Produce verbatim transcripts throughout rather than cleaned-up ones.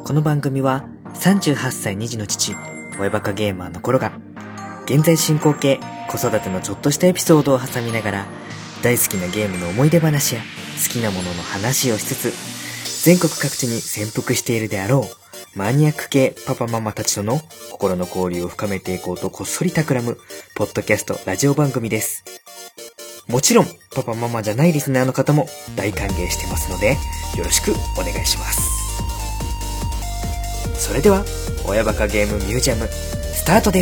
この番組はさんじゅうはっさいに児の父、親バカゲーマーの頃が現在進行形子育てのちょっとしたエピソードを挟みながら大好きなゲームの思い出話や好きなものの話をしつつ全国各地に潜伏しているであろうマニアック系パパママたちとの心の交流を深めていこうとこっそり企むポッドキャストラジオ番組です。もちろんパパママじゃないリスナーの方も大歓迎してますのでよろしくお願いします。それでは親バカゲームミュージアムスタートです。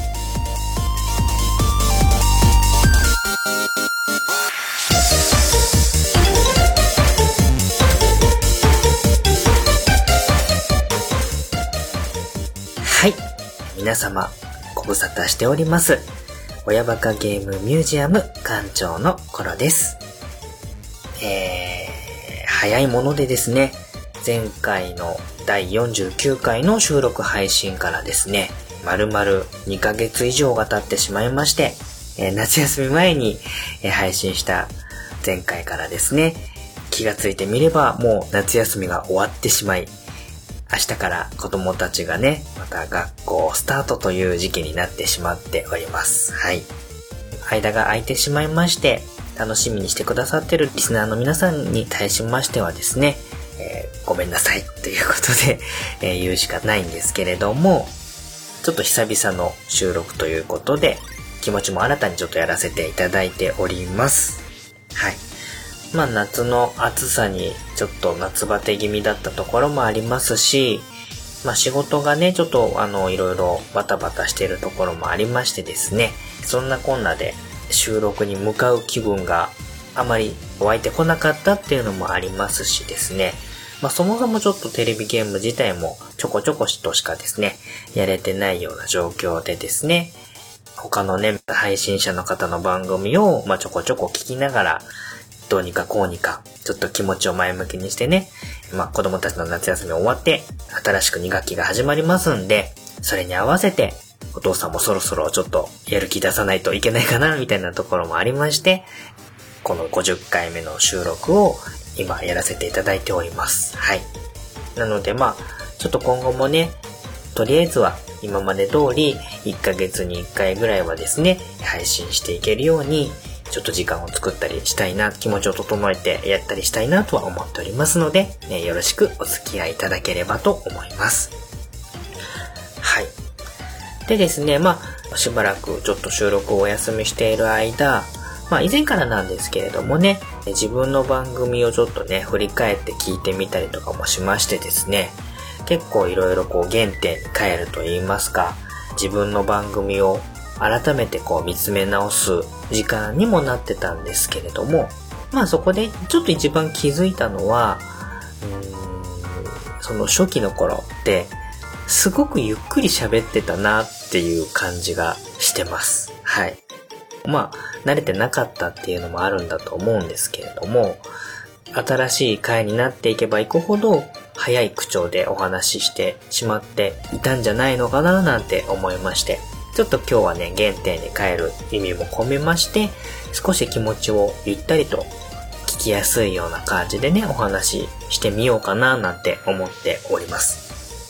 はい、皆様ご無沙汰しております親バカゲームミュージアム館長のコロです。えー、早いものでですね、前回のだいよんじゅうきゅうかいの収録配信からですね、丸々にかげつ以上が経ってしまいまして、えー、夏休み前に、えー、配信した前回からですね、気がついてみればもう夏休みが終わってしまい、明日から子供たちがね、また学校スタートという時期になってしまっております。はい。間が空いてしまいまして、楽しみにしてくださってるリスナーの皆さんに対しましてはですね、えー、ごめんなさいということで、えー、言うしかないんですけれども、ちょっと久々の収録ということで、気持ちも新たにちょっとやらせていただいております。はい。まあ夏の暑さにちょっと夏バテ気味だったところもありますし、まあ仕事がね、ちょっとあのいろいろバタバタしているところもありましてですね、そんなこんなで収録に向かう気分があまり湧いてこなかったっていうのもありますしですね、まあそもそもちょっとテレビゲーム自体もちょこちょことしかですね、やれてないような状況でですね、他のね、配信者の方の番組をまあちょこちょこ聞きながら、どうにかこうにかちょっと気持ちを前向きにしてね、まあ子供たちの夏休み終わって新しくに学期が始まりますんで、それに合わせてお父さんもそろそろちょっとやる気出さないといけないかなみたいなところもありまして、このごじゅっかいめの収録を今やらせていただいております。はい。なのでまあちょっと今後もね、とりあえずは今まで通りいっかげつにいっかいぐらいはですね、配信していけるようにちょっと時間を作ったりしたいな、気持ちを整えてやったりしたいなとは思っておりますので、えー、よろしくお付き合いいただければと思います。はい。でですね、まあしばらくちょっと収録をお休みしている間、まあ以前からなんですけれどもね、自分の番組をちょっとね、振り返って聞いてみたりとかもしましてですね、結構いろいろこう原点に帰ると言いますか、自分の番組を改めてこう見つめ直す時間にもなってたんですけれども、まあそこでちょっと一番気づいたのは、うーんその初期の頃ってすごくゆっくり喋ってたなっていう感じがしてます。はい。まあ慣れてなかったっていうのもあるんだと思うんですけれども、新しい回になっていけばいくほど早い口調でお話ししてしまっていたんじゃないのかななんて思いまして、ちょっと今日はね、原点に帰る意味も込めまして、少し気持ちをゆったりと聞きやすいような感じでね、お話ししてみようかななんて思っております。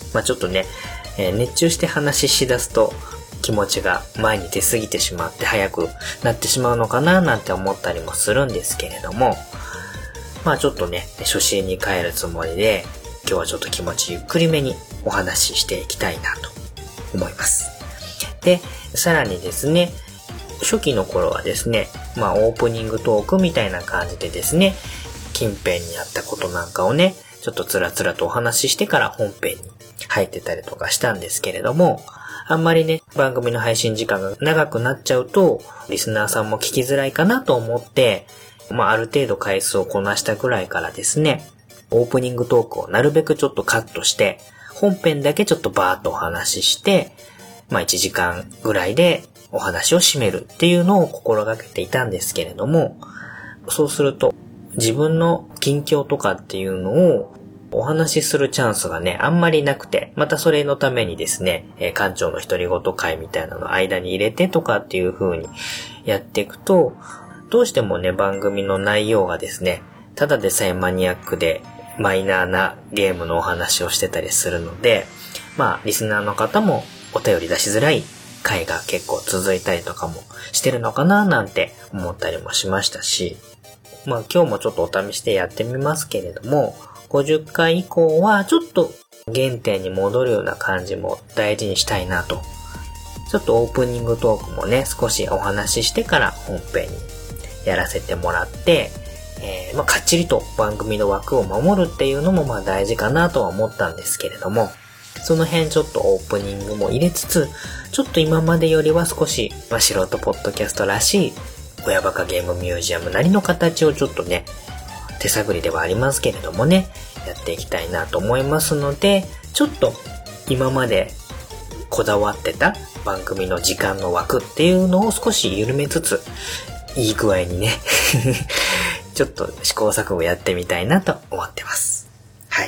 まあちょっとね、えー、熱中して話ししだすと気持ちが前に出過ぎてしまって早くなってしまうのかななんて思ったりもするんですけれども、まあちょっとね、初心に帰るつもりで、今日はちょっと気持ちゆっくりめにお話ししていきたいなと思います。で、さらにですね、初期の頃はですね、まあオープニングトークみたいな感じでですね、近辺にあったことなんかをね、ちょっとつらつらとお話ししてから本編に入ってたりとかしたんですけれども、あんまりね、番組の配信時間が長くなっちゃうと、リスナーさんも聞きづらいかなと思って、まあある程度回数をこなしたぐらいからですね、オープニングトークをなるべくちょっとカットして、本編だけちょっとバーッとお話しして、まあいちじかんぐらいでお話を締めるっていうのを心がけていたんですけれども、そうすると自分の近況とかっていうのをお話しするチャンスがね、あんまりなくて、またそれのためにですね、えー、館長の独り言会みたいなのを間に入れてとかっていう風にやっていくと、どうしてもね、番組の内容がですね、ただでさえマニアックでマイナーなゲームのお話をしてたりするので、まあリスナーの方もお便り出しづらい回が結構続いたりとかもしてるのかななんて思ったりもしましたし、まあ今日もちょっとお試しでやってみますけれども、ごじゅっかい以降はちょっと原点に戻るような感じも大事にしたいなと。ちょっとオープニングトークもね、少しお話ししてから本編にやらせてもらって、えー、まあかっちりと番組の枠を守るっていうのもまあ大事かなとは思ったんですけれども、その辺ちょっとオープニングも入れつつ、ちょっと今までよりは少し、まあ、素人ポッドキャストらしい親バカゲームミュージアムなりの形をちょっとね、手探りではありますけれどもね、やっていきたいなと思いますので、ちょっと今までこだわってた番組の時間の枠っていうのを少し緩めつつ、いい具合にねちょっと試行錯誤やってみたいなと思ってます。はい。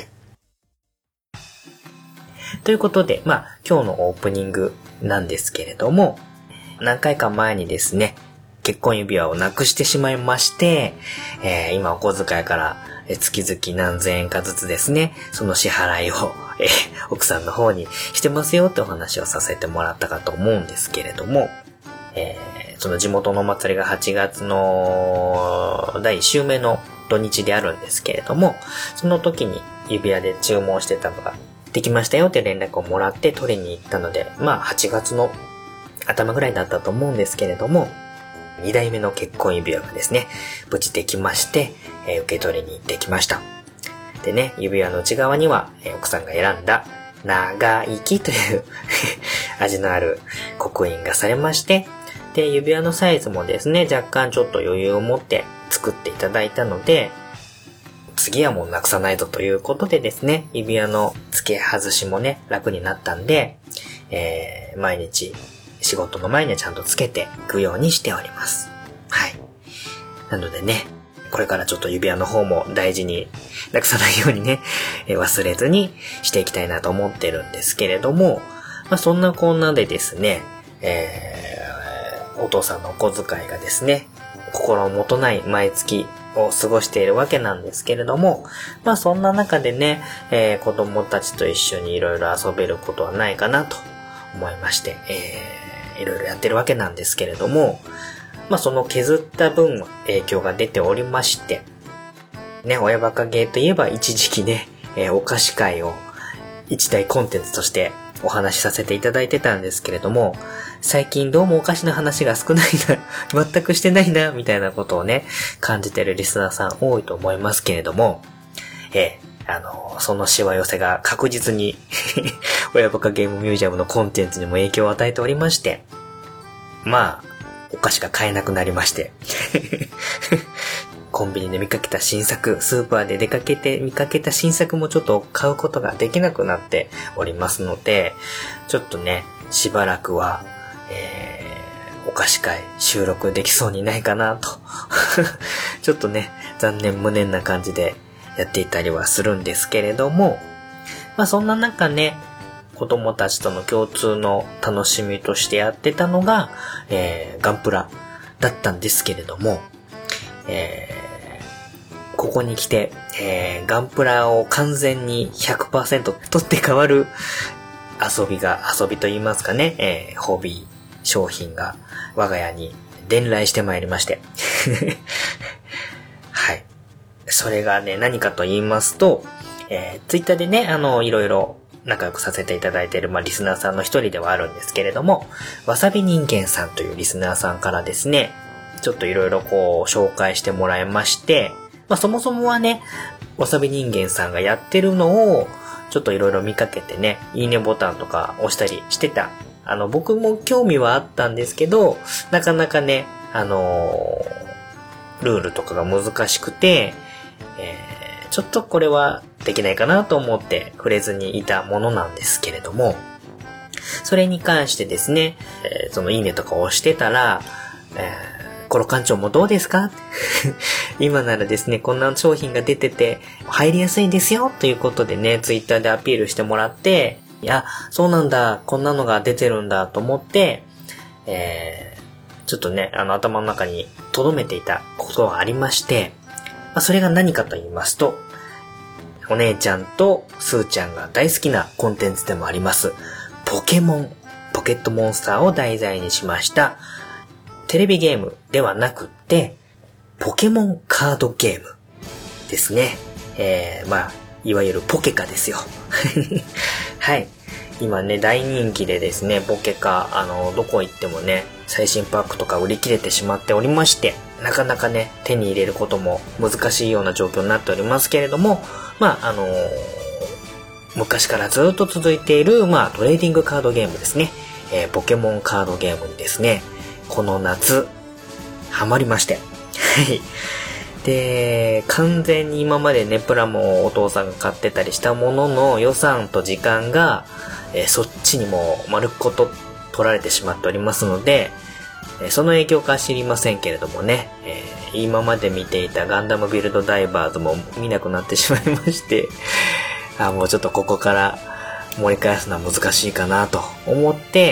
ということで、まあ今日のオープニングなんですけれども、何回か前にですね、結婚指輪をなくしてしまいまして、えー、今お小遣いから月々何千円かずつですね、その支払いを、えー、奥さんの方にしてますよってお話をさせてもらったかと思うんですけれども、えー、その地元のお祭りがはちがつのだいいっ週目の土日であるんですけれども、その時に指輪で注文してたのができましたよって連絡をもらって取りに行ったので、まあはちがつの頭ぐらいだったと思うんですけれども、にだいめの結婚指輪がですね、無事できまして、えー、受け取りに行ってきました。でね、指輪の内側には、えー、奥さんが選んだ長生きという味のある刻印がされまして、で、指輪のサイズもですね、若干ちょっと余裕を持って作っていただいたので、次はもうなくさないぞということでですね、指輪の付け外しもね、楽になったんで、えー、毎日仕事の前にはちゃんとつけていくようにしております。はい。なのでね、これからちょっと指輪の方も大事になくさないようにね、忘れずにしていきたいなと思ってるんですけれども、まあそんなこんなでですね、えー、お父さんのお小遣いがですね、心もとない毎月を過ごしているわけなんですけれども、まあそんな中でね、えー、子供たちと一緒にいろいろ遊べることはないかなと思いまして、えー、いろいろやってるわけなんですけれども、まあその削った分影響が出ておりまして、ね、親バカゲーといえば一時期ね、えー、お菓子会を一大コンテンツとしてお話しさせていただいてたんですけれども、最近どうもお菓子の話が少ないな、全くしてないな、みたいなことをね、感じてるリスナーさん多いと思いますけれども、えー、あの、そのしわ寄せが確実に親バカゲームミュージアムのコンテンツにも影響を与えておりまして、まあ、お菓子が買えなくなりましてコンビニで見かけた新作、スーパーで出かけて見かけた新作もちょっと買うことができなくなっておりますので、ちょっとね、しばらくは、えー、お菓子会収録できそうにないかなとちょっとね、残念無念な感じでやっていたりはするんですけれども、まあそんな中ね、子供たちとの共通の楽しみとしてやってたのが、えー、ガンプラだったんですけれども、えー、ここに来て、えー、ガンプラを完全に ひゃくパーセント 取って変わる遊びが、遊びと言いますかね、えー、ホビー商品が我が家に伝来してまいりましてはい。それがね、何かと言いますと、えー、ツイッターでね、あの、いろいろ仲良くさせていただいている、まあ、リスナーさんの一人ではあるんですけれども、わさび人間さんというリスナーさんからですね、ちょっといろいろこう紹介してもらいまして、まあそもそもはね、わさび人間さんがやってるのをちょっといろいろ見かけてね、いいねボタンとか押したりしてた。あの僕も興味はあったんですけど、なかなかね、あのー、ルールとかが難しくて、えー、ちょっとこれはできないかなと思って触れずにいたものなんですけれども、それに関してですね、えー、そのいいねとか押してたら、えーコロ館長もどうですか今ならですね、こんな商品が出てて入りやすいですよということでね、ツイッターでアピールしてもらって、いや、そうなんだ、こんなのが出てるんだと思って、えー、ちょっとね、あの頭の中に留めていたことがありまして、まあ、それが何かと言いますと、 お姉ちゃんとスーちゃんが大好きなコンテンツでもあります、ポケモン、ポケットモンスターを題材にしましたテレビゲームではなくって、ポケモンカードゲームですね。えー、まあ、いわゆるポケカですよ。はい。今ね、大人気でですね、ポケカ、あの、どこ行ってもね、最新パックとか売り切れてしまっておりまして、なかなかね、手に入れることも難しいような状況になっておりますけれども、まあ、あのー、昔からずっと続いている、まあ、トレーディングカードゲームですね。えー、ポケモンカードゲームにですね、この夏、ハマりまして。はい。で、完全に今までね、プラもお父さんが買ってたりしたものの予算と時間が、えー、そっちにも丸っこと取られてしまっておりますので、えー、その影響か知りませんけれどもね、えー、今まで見ていたガンダムビルドダイバーズも見なくなってしまいまして、あ、もうちょっとここから盛り返すのは難しいかなと思って、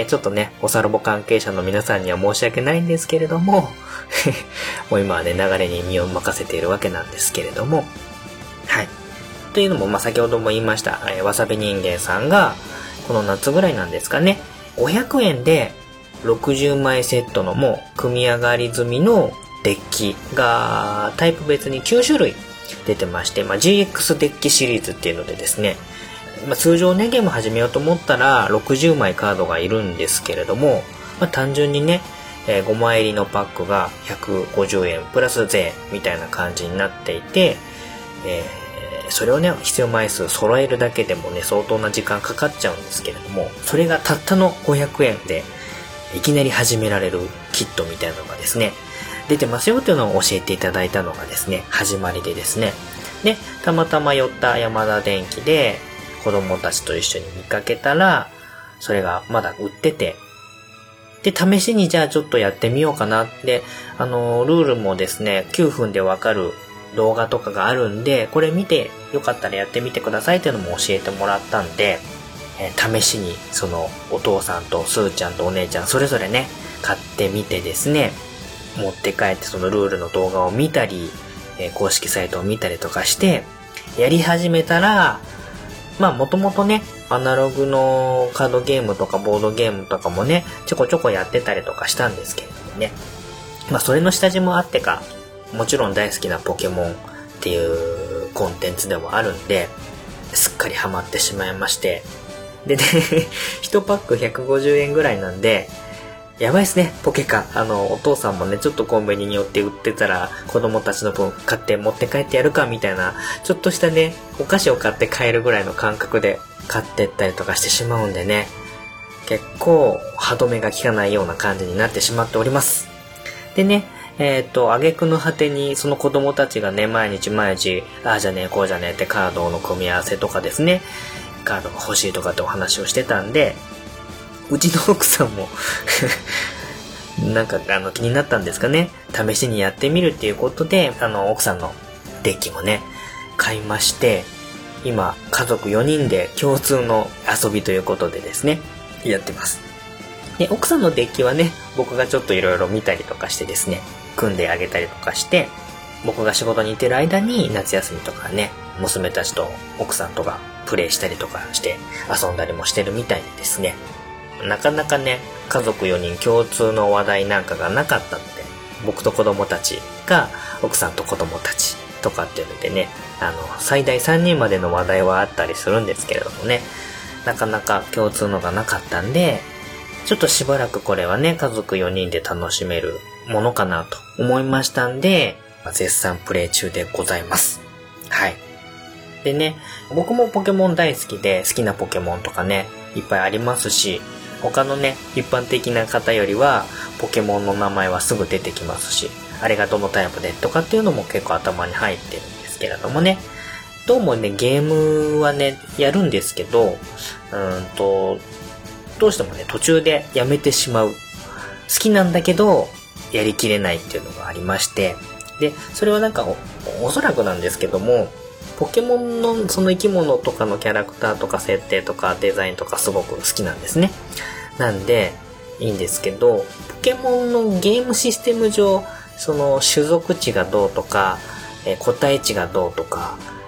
ちょっとね、おさらぼ関係者の皆さんには申し訳ないんですけれども、もう今はね、流れに身を任せているわけなんですけれども、はい。というのも、まあ、先ほども言いました、えー、わさび人間さんが、この夏ぐらいなんですかね、ごひゃくえんでろくじゅうまいセットのもう組み上がり済みのデッキがタイプ別にきゅうしゅるい出てまして、まあ、ジーエックス デッキシリーズっていうのでですね、まあ、通常ね、ゲーム始めようと思ったらろくじゅうまいカードがいるんですけれども、まあ、単純にね、えー、ごまい入りのパックがひゃくごじゅうえんプラス税みたいな感じになっていて、えー、それをね、必要枚数揃えるだけでもね、相当な時間かかっちゃうんですけれども、それがたったのごひゃくえんでいきなり始められるキットみたいなのがですね、出てますよっていうのを教えていただいたのがですね、始まりでですね。で、たまたま寄ったヤマダ電機で子供たちと一緒に見かけたら、それがまだ売ってて、で、試しにじゃあちょっとやってみようかなって、あの、ルールもですね、きゅうふんでわかる動画とかがあるんで、これ見てよかったらやってみてくださいっていうのも教えてもらったんで、えー、試しにそのお父さんとスーちゃんとお姉ちゃんそれぞれね、買ってみてですね、持って帰ってそのルールの動画を見たり、えー、公式サイトを見たりとかして、やり始めたら、まあもともとね、アナログのカードゲームとかボードゲームとかもね、ちょこちょこやってたりとかしたんですけれどもね。まあそれの下地もあってか、もちろん大好きなポケモンっていうコンテンツでもあるんで、すっかりハマってしまいまして。でね、いちパックひゃくごじゅうえんぐらいなんで、やばいっすね、ポケカ。あの、お父さんもね、ちょっとコンビニに寄って売ってたら、子供たちの分買って持って帰ってやるかみたいな、ちょっとしたね、お菓子を買って帰るぐらいの感覚で買ってったりとかしてしまうんでね、結構歯止めが効かないような感じになってしまっております。でね、えっと、挙句の果てに、その子供たちがね、毎日毎日、ああじゃねえ、こうじゃねえってカードの組み合わせとかですね、カードが欲しいとかってお話をしてたんで、うちの奥さんもなんかあの気になったんですかね、試しにやってみるっていうことで、あの奥さんのデッキもね買いまして、今家族よにんで共通の遊びということでですねやってます。で、奥さんのデッキはね、僕がちょっといろいろ見たりとかしてですね、組んであげたりとかして、僕が仕事に行ってる間に夏休みとかね、娘たちと奥さんとかプレイしたりとかして遊んだりもしてるみたいでですね、なかなかね、家族よにん共通の話題なんかがなかったので、僕と子供たちが奥さんと子供たちとかっていうのでね、あの最大さんにんまでの話題はあったりするんですけれどもね、なかなか共通のがなかったんで、ちょっとしばらくこれはね、家族よにんで楽しめるものかなと思いましたんで、絶賛プレイ中でございます。はい。でね、僕もポケモン大好きで、好きなポケモンとかね、いっぱいありますし、他のね、一般的な方よりは、ポケモンの名前はすぐ出てきますし、あれがどのタイプでとかっていうのも結構頭に入ってるんですけれどもね。どうもね、ゲームはね、やるんですけど、うーんと、どうしてもね、途中でやめてしまう。好きなんだけど、やりきれないっていうのがありまして、で、それはなんか お, おそらくなんですけども、ポケモンのその生き物とかのキャラクターとか設定とかデザインとかすごく好きなんですね。なんでいいんですけど、ポケモンのゲームシステム上、その種族値がどうとか、えー、個体値がどうとか、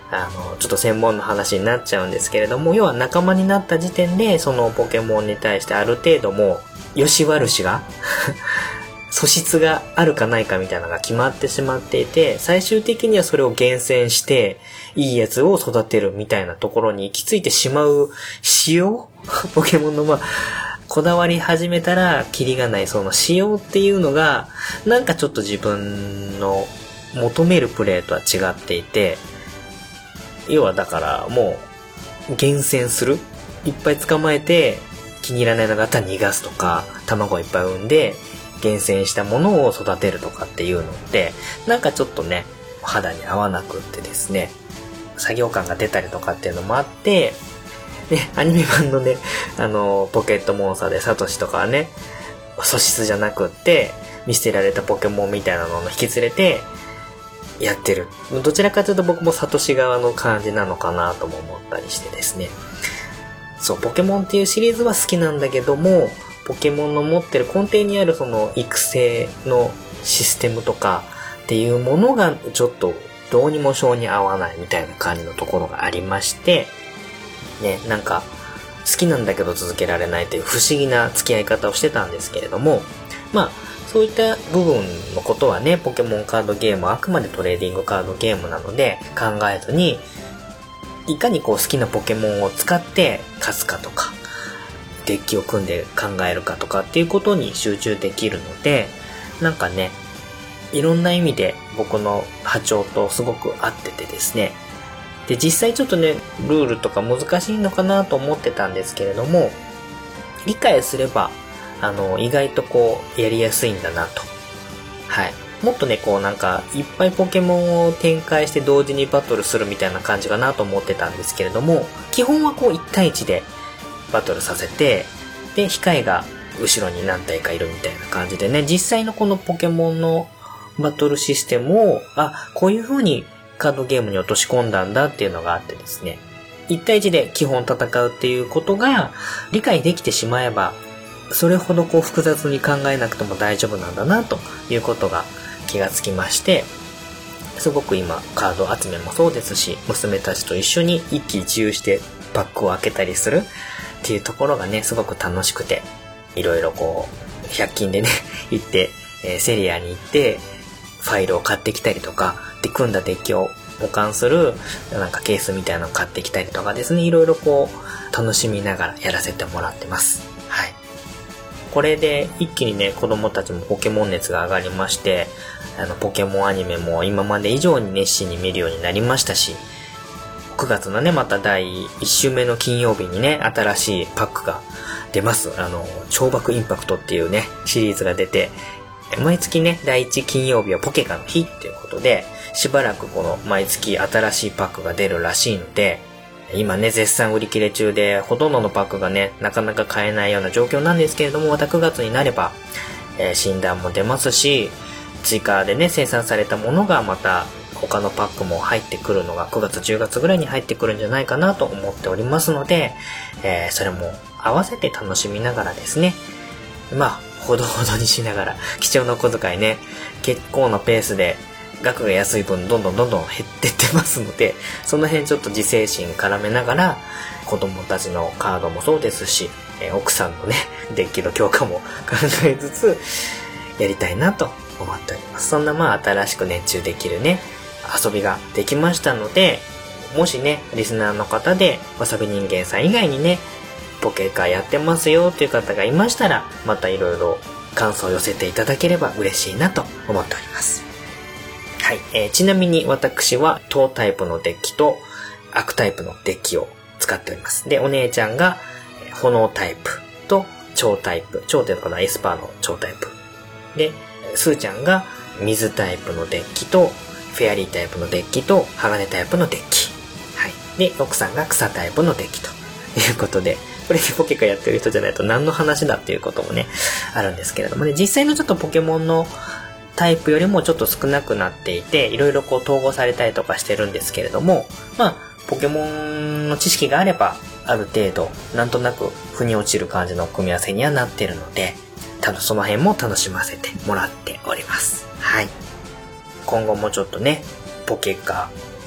あの、ちょっと専門の話になっちゃうんですけれども、要は仲間になった時点で、そのポケモンに対してある程度もう、良し悪しが、素質があるかないかみたいなのが決まってしまっていて、最終的にはそれを厳選して、いいやつを育てるみたいなところに行き着いてしまう仕様ポケモンの、まあ、こだわり始めたらキリがないその仕様っていうのが、なんかちょっと自分の求めるプレイとは違っていて、要はだからもう厳選する、いっぱい捕まえて気に入らないのがあったら逃がすとか、卵をいっぱい産んで厳選したものを育てるとかっていうのってなんかちょっとね肌に合わなくってですね、作業感が出たりとかっていうのもあって、ね、アニメ版のねあのポケットモンスターでサトシとかはね素質じゃなくって見捨てられたポケモンみたいなのを引き連れてやってる。どちらかというと僕もサトシ側の感じなのかなとも思ったりしてですね。そう、ポケモンっていうシリーズは好きなんだけども、ポケモンの持ってる根底にあるその育成のシステムとかっていうものがちょっとどうにも性に合わないみたいな感じのところがありまして、ね、なんか好きなんだけど続けられないという不思議な付き合い方をしてたんですけれども、まあそういった部分のことはね、ポケモンカードゲームはあくまでトレーディングカードゲームなので考えずに、いかにこう好きなポケモンを使って勝つかとか、デッキを組んで考えるかとかっていうことに集中できるので、なんかね、いろんな意味で僕の波長とすごく合っててですね。で、実際ちょっとね、ルールとか難しいのかなと思ってたんですけれども、理解すればあの意外とこうやりやすいんだなと。はい。もっとねこうなんかいっぱいポケモンを展開して同時にバトルするみたいな感じかなと思ってたんですけれども、基本はこういち対いちでバトルさせて、で控えが後ろに何体かいるみたいな感じでね、実際のこのポケモンのバトルシステムをあこういう風にカードゲームに落とし込んだんだっていうのがあってですね、いち対いちで基本戦うっていうことが理解できてしまえば、それほどこう複雑に考えなくても大丈夫なんだなということが気がつきまして、すごく今カード集めもそうですし、娘たちと一緒に一喜一憂してパックを開けたりするっていうところがねすごく楽しくて、いろいろこうひゃく均でね行って、えー、セリアに行ってファイルを買ってきたりとかで、組んだデッキを保管するなんかケースみたいなのを買ってきたりとかですね、いろいろこう楽しみながらやらせてもらってます。はい。これで一気にね子供たちもポケモン熱が上がりまして、あのポケモンアニメも今まで以上に熱心に見るようになりましたし、くがつのねまただいいっ週目の金曜日にね新しいパックが出ます。あの超爆インパクトっていうねシリーズが出て、毎月ねだいいち金曜日はポケカの日っていうことで、しばらくこの毎月新しいパックが出るらしいので、今ね絶賛売り切れ中でほとんどのパックがねなかなか買えないような状況なんですけれども、またくがつになれば、えー、診断も出ますし、追加でね生産されたものがまた他のパックも入ってくるのがくがつじゅうがつぐらいに入ってくるんじゃないかなと思っておりますので、えー、それも合わせて楽しみながらですね、まあほどほどにしながら、貴重なお小遣いね結構なペースで額が安い分どんどんどんどん減ってってますので、その辺ちょっと自制心絡めながら子供たちのカードもそうですし、えー、奥さんのねデッキの強化も考えつつやりたいなと思っております。そんなまあ新しく熱中できるね遊びができましたので、もしねリスナーの方でわさび人間さん以外にねポケカやってますよという方がいましたら、またいろいろ感想を寄せていただければ嬉しいなと思っております。はい、えー、ちなみに私は等タイプのデッキと悪タイプのデッキを使っております。で、お姉ちゃんが炎タイプと超タイプ、超っていうのかな、エスパーの超タイプで、スーちゃんが水タイプのデッキとフェアリータイプのデッキと鋼タイプのデッキ、はい、で奥さんが草タイプのデッキということで、これでポケカやってる人じゃないと何の話だっていうこともねあるんですけれどもね、実際のちょっとポケモンのタイプよりもちょっと少なくなっていて、いろいろこう統合されたりとかしてるんですけれども、まあポケモンの知識があればある程度なんとなく腑に落ちる感じの組み合わせにはなってるので、多分その辺も楽しませてもらっております。はい。今後もちょっとねポケカ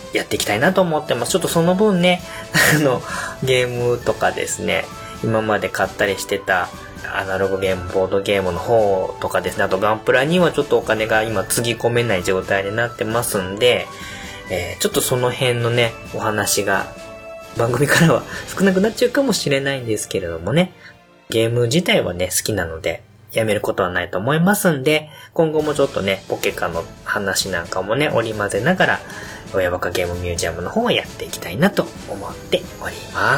やっていきたいなと思ってます。ちょっとその分ね、あの、ゲームとかですね、今まで買ったりしてたアナログゲーム、ボードゲームの方とかですね、あとガンプラにはちょっとお金が今つぎ込めない状態になってますんで、えー、ちょっとその辺のね、お話が番組からは少なくなっちゃうかもしれないんですけれどもね、ゲーム自体はね、好きなので、やめることはないと思いますんで、今後もちょっとね、ポケカの話なんかもね、織り交ぜながら、親バカゲームミュージアムの方はやっていきたいなと思っております。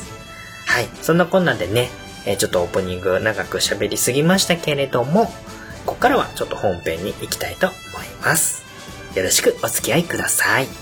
はい。そんなこんなでね、えー、ちょっとオープニング長く喋りすぎましたけれども、ここからはちょっと本編に行きたいと思います。よろしくお付き合いください。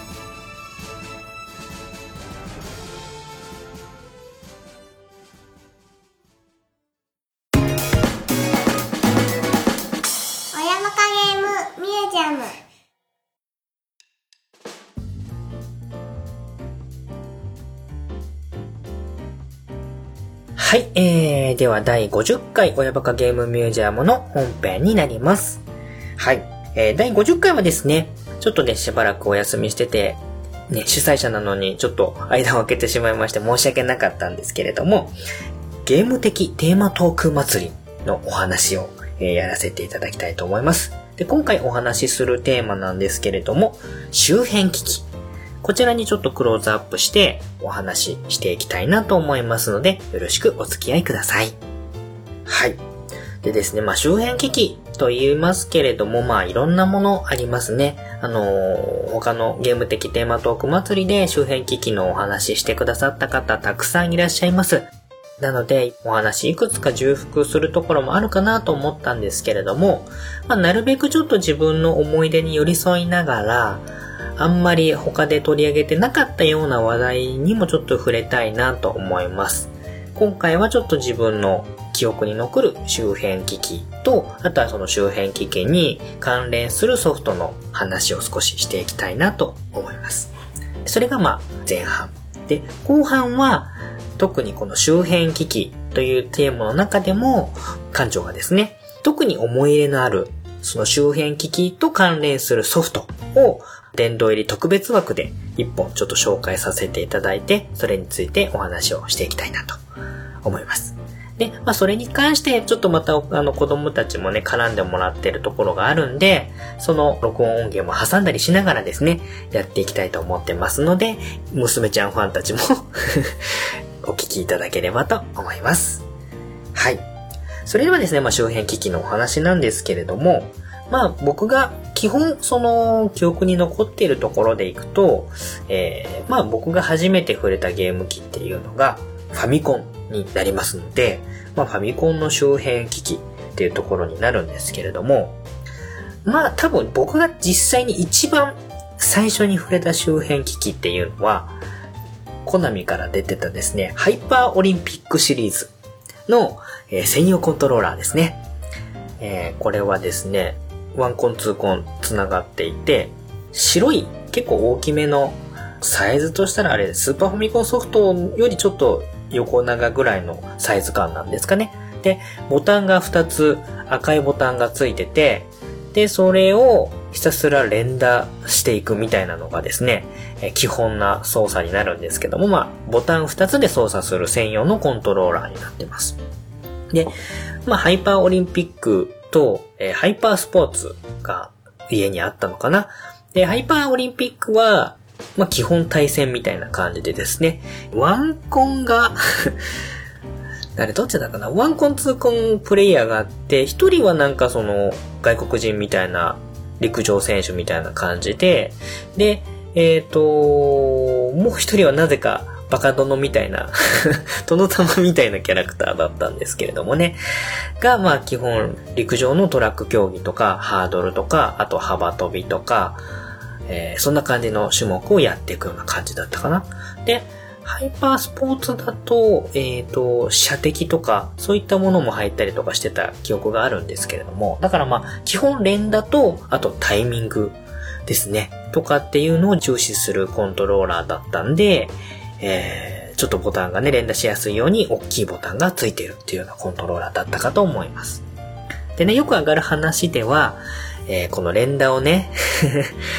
はい、えー、ではだいごじゅっかい親バカゲームミュージアムの本編になります。はい、えー、だいごじゅっかいはですね、ちょっとね、しばらくお休みしてて、ね、主催者なのにちょっと間を空けてしまいまして申し訳なかったんですけれども、ゲーム的テーマトーク祭りのお話を、えー、やらせていただきたいと思います。で、今回お話しするテーマなんですけれども、周辺機器。こちらにちょっとクローズアップしてお話ししていきたいなと思いますので、よろしくお付き合いください。はい。でですね、まあ周辺機器と言いますけれども、まあいろんなものありますね。あのー、他のゲーム的テーマトーク祭りで周辺機器のお話ししてくださった方たくさんいらっしゃいます。なので、お話いくつか重複するところもあるかなと思ったんですけれども、まあなるべくちょっと自分の思い出に寄り添いながら、あんまり他で取り上げてなかったような話題にもちょっと触れたいなと思います。今回はちょっと自分の記憶に残る周辺機器と、あとはその周辺機器に関連するソフトの話を少ししていきたいなと思います。それがまあ前半。で、後半は特にこの周辺機器というテーマの中でも館長がですね、特に思い入れのあるその周辺機器と関連するソフトを殿堂入り特別枠で一本ちょっと紹介させていただいて、それについてお話をしていきたいなと思います。で、まあそれに関してちょっとまたあの子供たちもね絡んでもらってるところがあるんで、その録音音源も挟んだりしながらですね、やっていきたいと思ってますので、娘ちゃんファンたちもお聞きいただければと思います。はい。それではですね、まあ周辺機器のお話なんですけれども、まあ僕が基本その記憶に残っているところでいくと、えー、まあ僕が初めて触れたゲーム機っていうのがファミコンになりますので、まあファミコンの周辺機器っていうところになるんですけれども、まあ多分僕が実際に一番最初に触れた周辺機器っていうのは、コナミから出てたですね、ハイパーオリンピックシリーズの、えー、専用コントローラーですね。えー、これはですね、ワンコンツーコンつながっていて、白い結構大きめのサイズとしたらあれスーパーファミコンソフトよりちょっと横長ぐらいのサイズ感なんですかね。で、ボタンがふたつ赤いボタンがついてて、で、それをひたすら連打していくみたいなのがですね、え基本な操作になるんですけども、まあ、ボタンふたつで操作する専用のコントローラーになってます。で、まあ、ハイパーオリンピックと、えー、ハイパースポーツが家にあったのかな。で、ハイパーオリンピックは、まあ、基本対戦みたいな感じでですね、ワンコンが、誰どっちだかな、ワンコンツーコンプレイヤーがあって、一人はなんかその外国人みたいな陸上選手みたいな感じで、で、えっと、もう一人はなぜかバカ殿みたいな殿様みたいなキャラクターだったんですけれどもね、がまあ基本陸上のトラック競技とかハードルとか、あと幅跳びとか、えー、そんな感じの種目をやっていくような感じだったかな。で、ハイパースポーツだと、えっと、射的とかそういったものも入ったりとかしてた記憶があるんですけれども、だからまあ基本連打と、あとタイミングですねとかっていうのを重視するコントローラーだったんで、えー、ちょっとボタンがね連打しやすいように大きいボタンがついているっていうようなコントローラーだったかと思います。でね、よく上がる話では、えー、この連打をね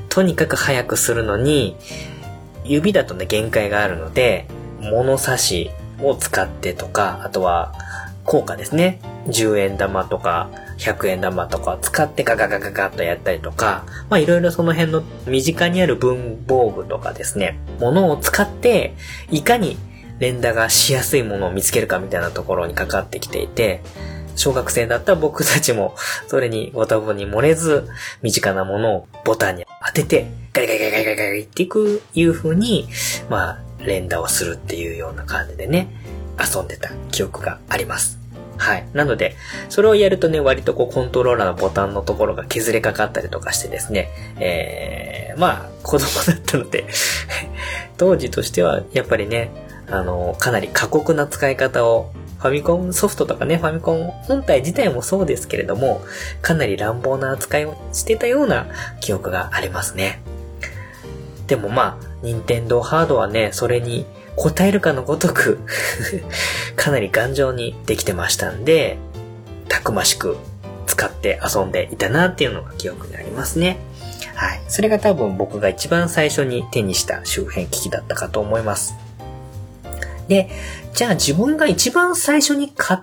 とにかく早くするのに、指だとね、限界があるので、物差しを使ってとか、あとは、硬貨ですね。じゅうえん玉とか、ひゃくえん玉とかを使ってガガガガガッとやったりとか、まあいろいろその辺の身近にある文房具とかですね、ものを使って、いかに連打がしやすいものを見つけるかみたいなところにかかってきていて、小学生だった僕たちもそれにご多分に漏れず身近なものをボタンに当ててガリガリガリガリガリガリっていくいう風にまあ連打をするっていうような感じでね遊んでた記憶があります。はい。なのでそれをやるとね割とこうコントローラーのボタンのところが削れかかったりとかしてですね、えー、まあ子供だったので当時としてはやっぱりねあのかなり過酷な使い方をファミコンソフトとかね、ファミコン本体自体もそうですけれども、かなり乱暴な扱いをしてたような記憶がありますね。でもまあ、任天堂ハードはね、それに応えるかのごとく、かなり頑丈にできてましたんで、たくましく使って遊んでいたなっていうのが記憶にありますね。はい。それが多分僕が一番最初に手にした周辺機器だったかと思います。で、じゃあ自分が一番最初に買った、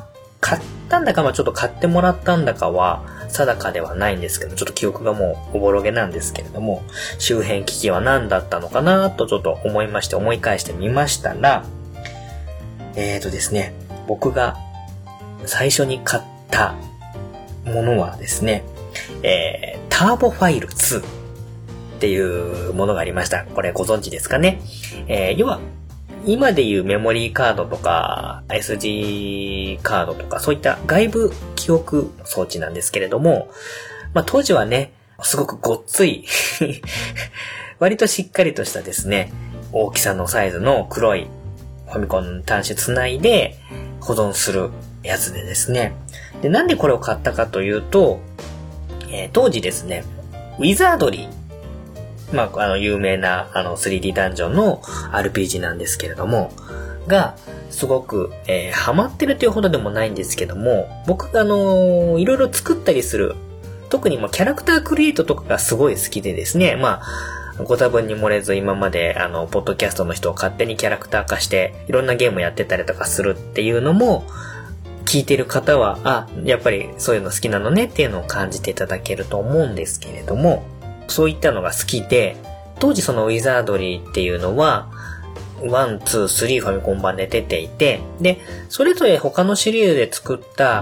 買ったんだか、まあちょっと買ってもらったんだかは定かではないんですけど、ちょっと記憶がもうおぼろげなんですけれども、周辺機器は何だったのかなとちょっと思いまして思い返してみましたら、えーとですね、僕が最初に買ったものはですね、えー、ターボファイルツーっていうものがありました。これご存知ですかね。えー、要は、今でいうメモリーカードとか エスディー カードとかそういった外部記憶装置なんですけれども、まあ当時はね、すごくごっつい割としっかりとしたですね、大きさのサイズの黒いファミコン端子つないで保存するやつでですね。で、なんでこれを買ったかというと、えー、当時ですね、ウィザードリーまあ、あの、有名な、あの、スリーディー ダンジョンの アールピージー なんですけれども、が、すごく、えー、ハマってるというほどでもないんですけども、僕が、あのー、いろいろ作ったりする、特に、まあ、キャラクタークリエイトとかがすごい好きでですね、まあ、ご多分に漏れず今まで、あの、ポッドキャストの人を勝手にキャラクター化して、いろんなゲームやってたりとかするっていうのも、聞いてる方は、あ、やっぱりそういうの好きなのねっていうのを感じていただけると思うんですけれども、そういったのが好きで、当時そのウィザードリーっていうのは、ワン、ツー、スリーファミコン版で出ていて、で、それぞれ他のシリーズで作った、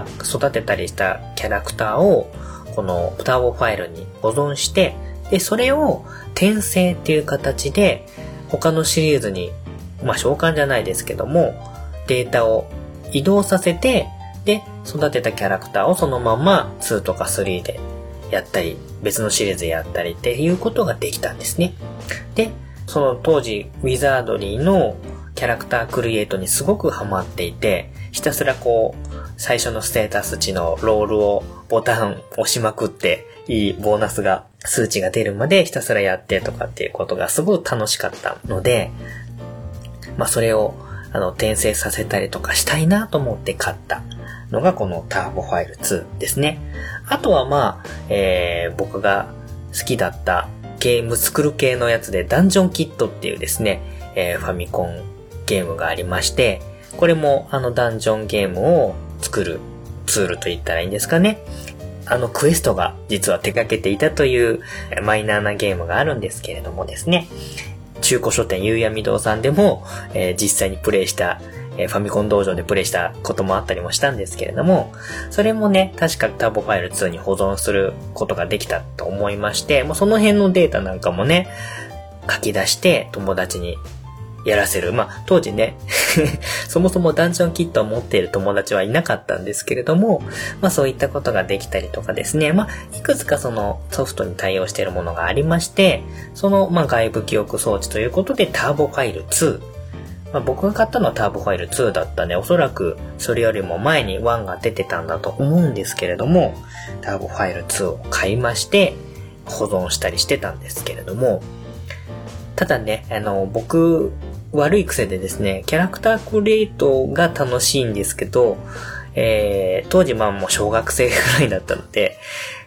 育てたりしたキャラクターを、このターボファイルに保存して、で、それを転生っていう形で、他のシリーズに、まあ召喚じゃないですけども、データを移動させて、で、育てたキャラクターをそのままツーとかスリーでやったり、別のシリーズやったりっていうことができたんですね。で、その当時、ウィザードリーのキャラクタークリエイトにすごくハマっていて、ひたすらこう、最初のステータス値のロールをボタン押しまくって、いいボーナスが、数値が出るまでひたすらやってとかっていうことがすごい楽しかったので、まあそれを、あの、転生させたりとかしたいなと思って買ったのがこのターボファイルツーですね。あとはまあ、えー、僕が好きだったゲーム作る系のやつでダンジョンキットっていうですね、えー、ファミコンゲームがありまして、これもあのダンジョンゲームを作るツールと言ったらいいんですかね。あのクエストが実は手掛けていたというマイナーなゲームがあるんですけれどもですね、中古書店ゆうやみ堂さんでも、えー、実際にプレイしたファミコン道場でプレイしたこともあったりもしたんですけれども、それもね、確かターボファイルツーに保存することができたと思いまして、もうその辺のデータなんかもね、書き出して友達にやらせる。まあ、当時ね、そもそもダンジョンキットを持っている友達はいなかったんですけれども、まあそういったことができたりとかですね、まあ、いくつかそのソフトに対応しているものがありまして、その、まあ外部記憶装置ということでターボファイルツー、まあ、僕が買ったのはターボファイルツーだったね。おそらくそれよりも前にワンが出てたんだと思うんですけれども、ターボファイルツーを買いまして保存したりしてたんですけれども、ただね、あの、僕、悪い癖でですね、キャラクタークリエイトが楽しいんですけど、えー、当時まあもう小学生ぐらいだったので、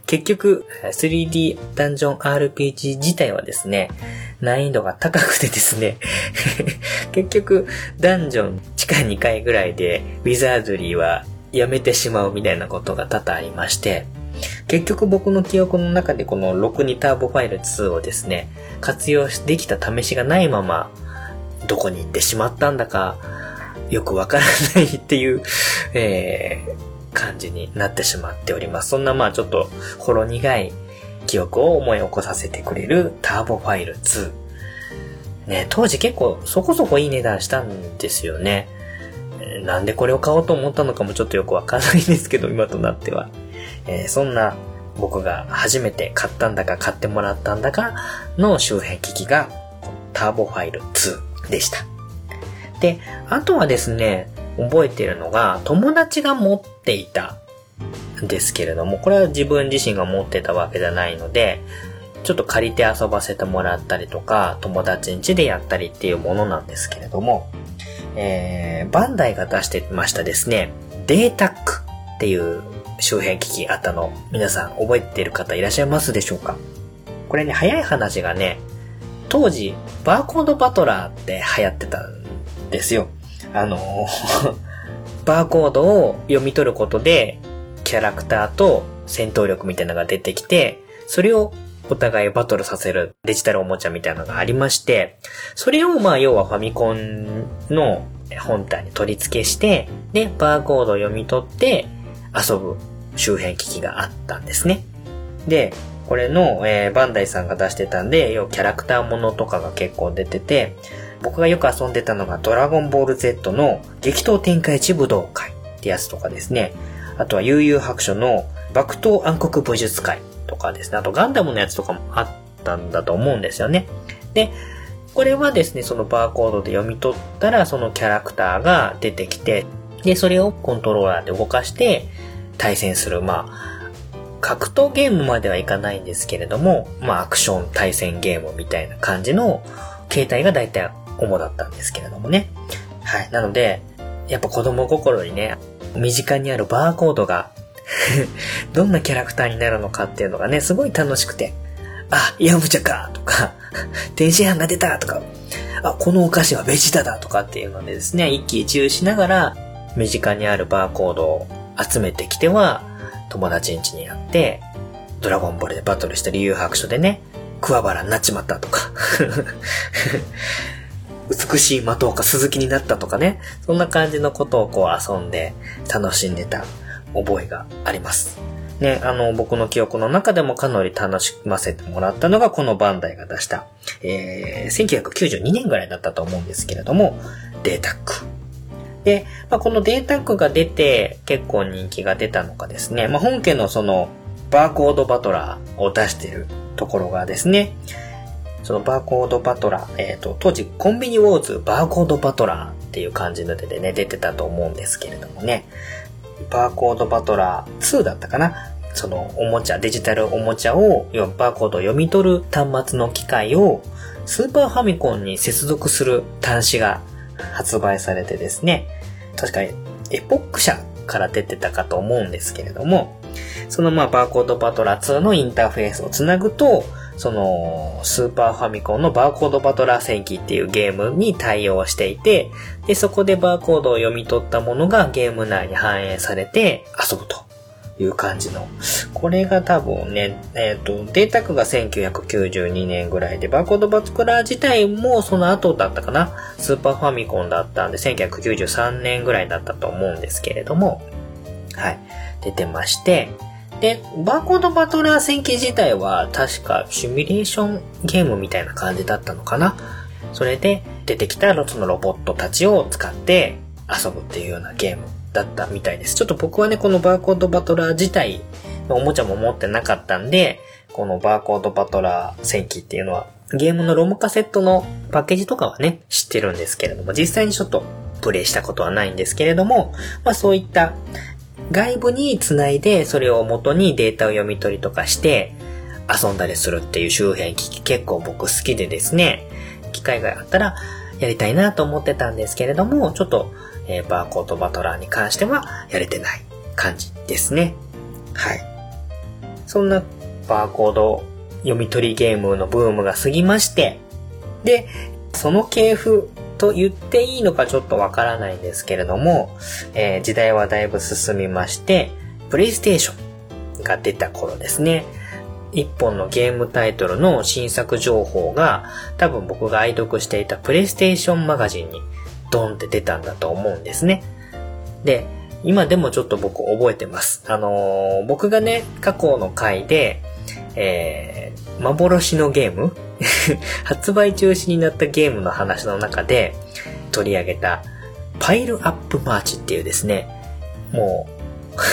結局 スリーディー ダンジョン アールピージー 自体はですね、難易度が高くてですね結局ダンジョン地下にかいぐらいでウィザードリーはやめてしまうみたいなことが多々ありまして、結局僕の記憶の中でこのろくにターボファイルツーをですね、活用できた試しがないままどこに行ってしまったんだかよくわからないっていう、えー、感じになってしまっております。そんなまあちょっとほろ苦い記憶を思い起こさせてくれるターボファイルツー。ね、当時結構そこそこいい値段したんですよね。なんでこれを買おうと思ったのかもちょっとよくわかんないんですけど、今となっては。えー、そんな僕が初めて買ったんだか買ってもらったんだかの周辺機器がターボファイルツーでした。で、あとはですね、覚えているのが友達が持っていたんですけれども、これは自分自身が持ってたわけじゃないので、ちょっと借りて遊ばせてもらったりとか、友達ん家でやったりっていうものなんですけれども、えー、バンダイが出してましたですね、データックっていう周辺機器あったの、皆さん覚えている方いらっしゃいますでしょうか？これね、早い話がね、当時バーコードバトラーって流行ってたんですよ。あのバーコードを読み取ることでキャラクターと戦闘力みたいなのが出てきて、それをお互いバトルさせるデジタルおもちゃみたいなのがありまして、それをまあ要はファミコンの本体に取り付けして、でバーコードを読み取って遊ぶ周辺機器があったんですね。で、これの、えー、バンダイさんが出してたんで、要はキャラクターものとかが結構出てて、僕がよく遊んでたのがドラゴンボール Z の激闘展開地武道会ってやつとかですね。あとは悠々白書の爆闘暗黒武術会とかですね。あとガンダムのやつとかもあったんだと思うんですよね。で、これはですね、そのバーコードで読み取ったらそのキャラクターが出てきて、で、それをコントローラーで動かして対戦する、まあ、格闘ゲームまではいかないんですけれども、まあ、アクション対戦ゲームみたいな感じの形態が大体主だったんですけれどもね。はい。なので、やっぱ子供心にね、身近にあるバーコードがどんなキャラクターになるのかっていうのがね、すごい楽しくて、あ、ヤムチャかとか、天津飯が出たとか、あ、このお菓子はベジータだとかっていうのでですね、一喜一憂しながら身近にあるバーコードを集めてきては、友達ん家にやって、ドラゴンボールでバトルしたり、悠々白書でね、桑原になっちまったとか、美しい的岡鈴木になったとかね、そんな感じのことをこう遊んで楽しんでた覚えがあります。ね、あの、僕の記憶の中でもかなり楽しませてもらったのがこのバンダイが出した、えー、せんきゅうひゃくきゅうじゅうにねんぐらいだったと思うんですけれども、データック。で、まあ、このデータックが出て結構人気が出たのかですね、まあ、本家のそのバーコードバトラーを出しているところがですね、そのバーコードバトラー、えっと、当時コンビニウォーズバーコードバトラーっていう感じの手でね、出てたと思うんですけれどもね、バーコードバトラーツーだったかな、そのおもちゃ、デジタルおもちゃを、要はバーコードを読み取る端末の機械をスーパーファミコンに接続する端子が発売されてですね、確かにエポック社から出てたかと思うんですけれども、そのまあバーコードバトラーツーのインターフェースをつなぐと、そのスーパーファミコンのバーコードバトラー戦記っていうゲームに対応していて、でそこでバーコードを読み取ったものがゲーム内に反映されて遊ぶという感じの、これが多分ね、えっとデータ区がせんきゅうひゃくきゅうじゅうにねんぐらいで、バーコードバトラー自体もその後だったかな、スーパーファミコンだったんでせんきゅうひゃくきゅうじゅうさんねんぐらいだったと思うんですけれども、はい、出てまして、でバーコードバトラー戦記自体は確かシミュレーションゲームみたいな感じだったのかな。それで出てきたそのロボットたちを使って遊ぶっていうようなゲームだったみたいです。ちょっと僕はね、このバーコードバトラー自体のおもちゃも持ってなかったんで、このバーコードバトラー戦記っていうのはゲームのロムカセットのパッケージとかはね、知ってるんですけれども、実際にちょっとプレイしたことはないんですけれども、まあそういった外部につないでそれを元にデータを読み取りとかして遊んだりするっていう周辺機器結構僕好きでですね、機会があったらやりたいなと思ってたんですけれども、ちょっと、えー、バーコードバトラーに関してはやれてない感じですね。はい。 そんなバーコード読み取りゲームのブームが過ぎまして、で、その系譜と言っていいのかちょっとわからないんですけれども、えー、時代はだいぶ進みまして、プレイステーションが出た頃ですね。一本のゲームタイトルの新作情報が多分僕が愛読していたプレイステーションマガジンにドンって出たんだと思うんですね。で、今でもちょっと僕覚えてます。あのー、僕がね、過去の回で、えー、幻のゲーム発売中止になったゲームの話の中で取り上げたパイルアップマーチっていうですね、もう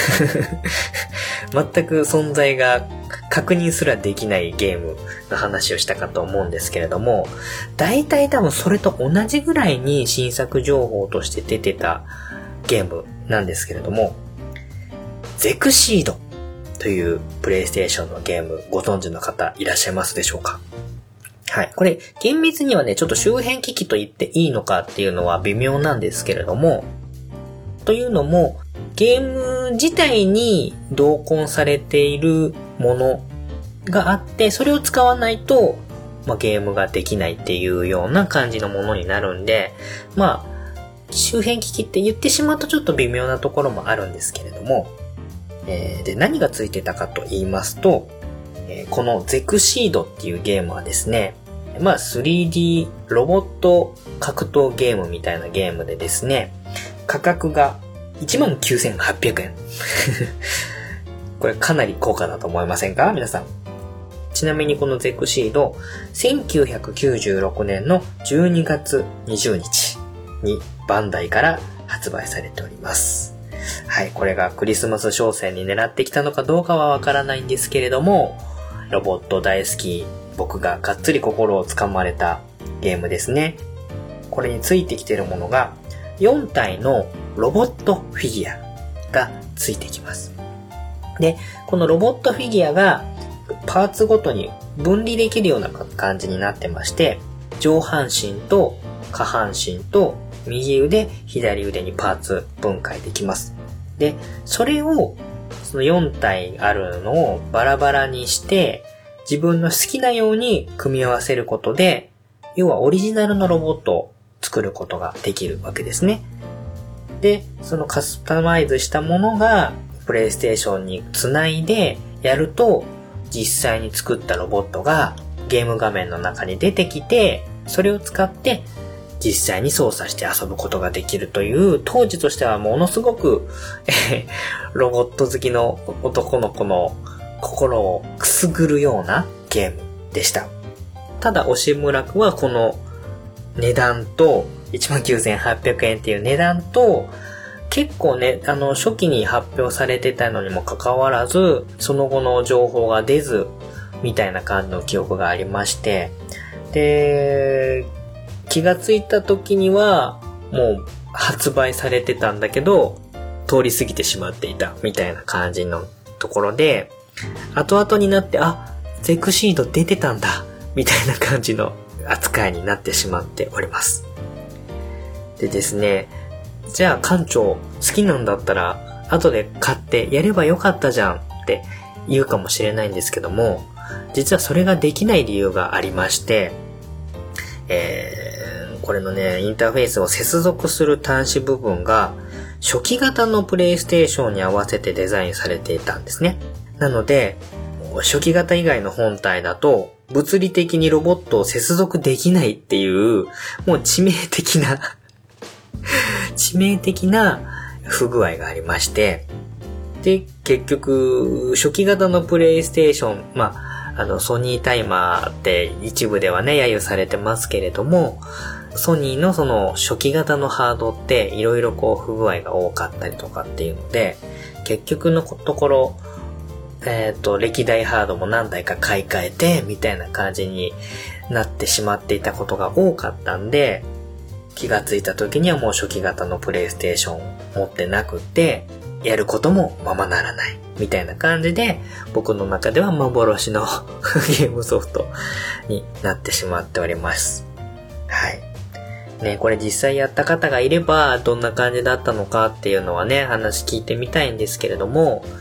全く存在が確認すらできないゲームの話をしたかと思うんですけれども、大体多分それと同じぐらいに新作情報として出てたゲームなんですけれども、ゼクシードというプレイステーションのゲームご存知の方いらっしゃいますでしょうか？はい。これ厳密にはね、ちょっと周辺機器と言っていいのかっていうのは微妙なんですけれども、というのもゲーム自体に同梱されているものがあって、それを使わないと、まあ、ゲームができないっていうような感じのものになるんで、まあ周辺機器って言ってしまうとちょっと微妙なところもあるんですけれども、えー、で何がついてたかと言いますと、えー、このゼクシードっていうゲームはですね、まあ スリーディー ロボット格闘ゲームみたいなゲームでですね、価格がいちまんきゅうせんはっぴゃくえんこれかなり高価だと思いませんか皆さん。ちなみにこのゼクシードせんきゅうひゃくきゅうじゅうろくねんのじゅうにがつにじゅうにちにバンダイから発売されております。はい、これがクリスマス商戦に狙ってきたのかどうかはわからないんですけれども、ロボット大好き僕ががっつり心をつかまれたゲームですね。これについてきているものがよんたいのロボットフィギュアがついてきます。で、このロボットフィギュアがパーツごとに分離できるような感じになってまして、上半身と下半身と右腕、左腕にパーツ分解できます。で、それをそのよんたいあるのをバラバラにして自分の好きなように組み合わせることで、要はオリジナルのロボットを作ることができるわけですね。で、そのカスタマイズしたものがプレイステーションにつないでやると、実際に作ったロボットがゲーム画面の中に出てきて、それを使って実際に操作して遊ぶことができるという、当時としてはものすごくロボット好きの男の子の心をくすぐるようなゲームでした。ただ押村くんはこの値段といちまんきゅうせんはっぴゃくえんっていう値段と、結構ね、あの初期に発表されてたのにもかかわらず、その後の情報が出ずみたいな感じの記憶がありまして、で、気がついた時にはもう発売されてたんだけど、通り過ぎてしまっていたみたいな感じのところで、後々になって、あ、ゼクシード出てたんだみたいな感じの扱いになってしまっております。でですね、じゃあ館長好きなんだったら後で買ってやればよかったじゃんって言うかもしれないんですけども、実はそれができない理由がありまして、えー、これのね、インターフェースを接続する端子部分が初期型のプレイステーションに合わせてデザインされていたんですね。なので初期型以外の本体だと物理的にロボットを接続できないっていう、もう致命的な致命的な不具合がありまして、で結局初期型のプレイステーション、まああのソニータイマーって一部ではね揶揄されてますけれども、ソニーのその初期型のハードっていろいろこう不具合が多かったりとかっていうので、結局のところえっと歴代ハードも何台か買い替えてみたいな感じになってしまっていたことが多かったんで、気がついた時にはもう初期型のプレイステーション持ってなくて、やることもままならないみたいな感じで、僕の中では幻のゲームソフトになってしまっております。はい。ね、これ実際やった方がいればどんな感じだったのかっていうのはね、話聞いてみたいんですけれども、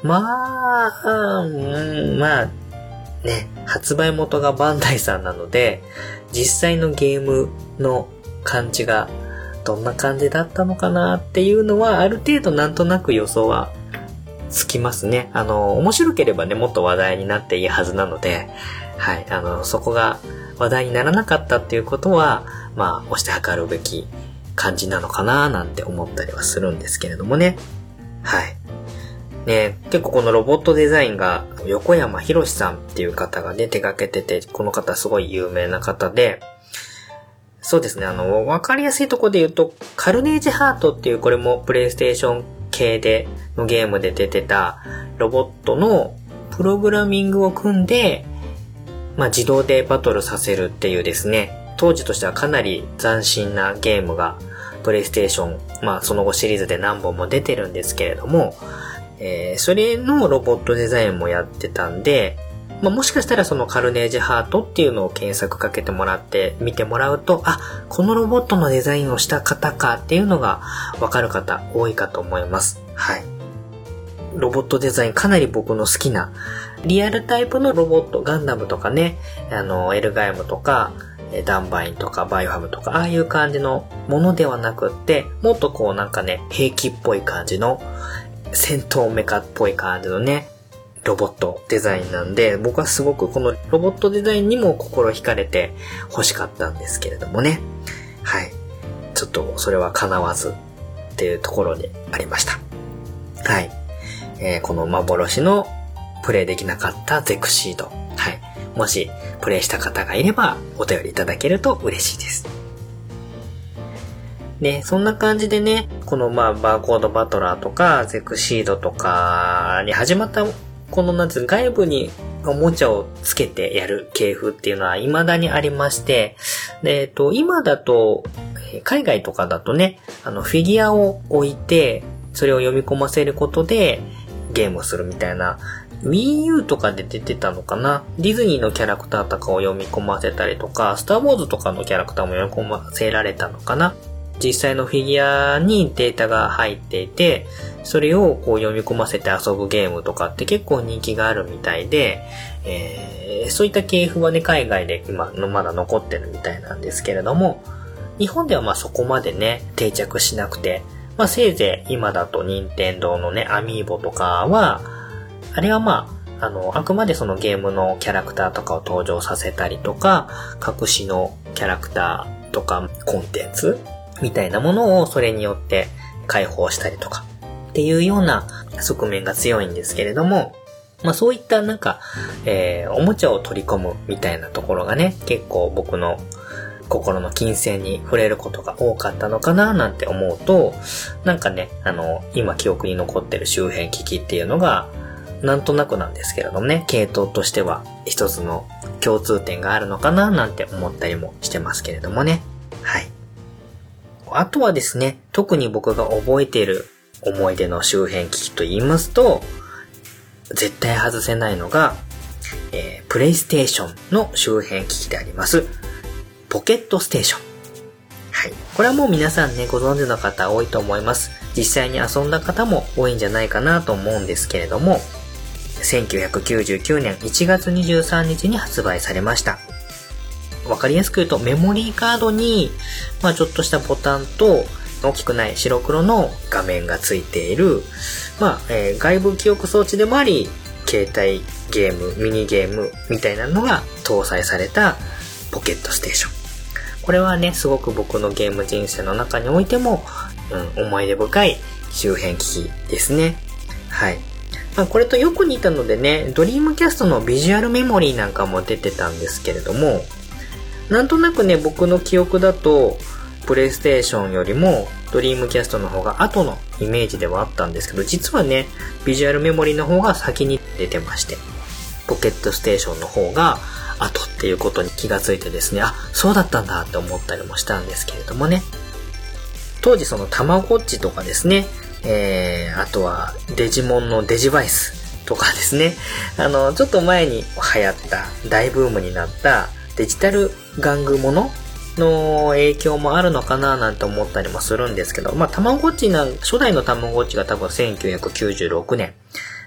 まあ、うん、まあ、ね、発売元がバンダイさんなので、実際のゲームの感じがどんな感じだったのかなっていうのは、ある程度なんとなく予想はつきますね。あの、面白ければね、もっと話題になっていいはずなので、はい、あの、そこが話題にならなかったっていうことは、まあ、押して測るべき感じなのかななんて思ったりはするんですけれどもね。はい。ね、結構このロボットデザインが横山博さんっていう方がね、手掛けてて、この方すごい有名な方で、そうですね、あの、わかりやすいところで言うと、カルネージハートっていうこれもプレイステーション系でのゲームで出てたロボットのプログラミングを組んで、まあ自動でバトルさせるっていうですね、当時としてはかなり斬新なゲームがプレイステーション、まあその後シリーズで何本も出てるんですけれども、えー、それのロボットデザインもやってたんで、まあ、もしかしたらそのカルネージハートっていうのを検索かけてもらって見てもらうと、あ、このロボットのデザインをした方かっていうのがわかる方多いかと思います。はい。ロボットデザインかなり僕の好きなリアルタイプのロボット、ガンダムとかね、あのエルガイムとかダンバインとかバイオハムとかああいう感じのものではなくって、もっとこうなんかね、兵器っぽい感じの戦闘メカっぽい感じのね、ロボットデザインなんで、僕はすごくこのロボットデザインにも心惹かれて欲しかったんですけれどもね。はい。ちょっとそれは叶わずっていうところでありました。はい。えー、この幻のプレイできなかったゼクシード。はい。もしプレイした方がいればお便りいただけると嬉しいです。ね、そんな感じでね、このまあバーコードバトラーとかゼクシードとかに始まったこのなんつ外部におもちゃをつけてやる系譜っていうのは未だにありまして、で、えっと、今だと海外とかだとね、あのフィギュアを置いてそれを読み込ませることでゲームをするみたいな Wii U とかで出てたのかな。ディズニーのキャラクターとかを読み込ませたりとか、スターウォーズとかのキャラクターも読み込ませられたのかな。実際のフィギュアにデータが入っていて、それをこう読み込ませて遊ぶゲームとかって結構人気があるみたいで、えー、そういった系譜はね、海外で今のまだ残ってるみたいなんですけれども、日本ではまあそこまでね、定着しなくて、まあせいぜい今だと任天堂のね、アミーボとかは、あれはまあ、あの、あくまでそのゲームのキャラクターとかを登場させたりとか、隠しのキャラクターとかコンテンツみたいなものをそれによって開放したりとかっていうような側面が強いんですけれども、まあそういったなんか、えー、おもちゃを取り込むみたいなところがね、結構僕の心の金銭に触れることが多かったのかななんて思うと、なんかね、あの、今記憶に残ってる周辺機器っていうのが、なんとなくなんですけれどもね、系統としては一つの共通点があるのかななんて思ったりもしてますけれどもね。はい。あとはですね、特に僕が覚えている思い出の周辺機器と言いますと、絶対外せないのが、えー、プレイステーションの周辺機器であります、ポケットステーション。はい。これはもう皆さんね、ご存知の方多いと思います。実際に遊んだ方も多いんじゃないかなと思うんですけれども、せんきゅうひゃくきゅうじゅうきゅうねんいちがつにじゅうさんにちに発売されました。わかりやすく言うとメモリーカードに、まあちょっとしたボタンと大きくない白黒の画面がついている、まあ、えー、外部記憶装置でもあり、携帯ゲーム、ミニゲームみたいなのが搭載されたポケットステーション。これはね、すごく僕のゲーム人生の中においても、うん、思い出深い周辺機器ですね。はい。まあ、これとよく似たのでね、ドリームキャストのビジュアルメモリーなんかも出てたんですけれども、なんとなくね、僕の記憶だと、プレイステーションよりもドリームキャストの方が後のイメージではあったんですけど、実はね、ビジュアルメモリーの方が先に出てまして、ポケットステーションの方が後っていうことに気がついてですね、あ、そうだったんだって思ったりもしたんですけれどもね。当時そのタマゴッチとかですね、えー、あとはデジモンのデジバイスとかですね、あの、ちょっと前に流行った大ブームになったデジタル玩具ものの影響もあるのかななんて思ったりもするんですけど、まあ、たまごっちな、初代のたまごっちが多分せんきゅうひゃくきゅうじゅうろくねん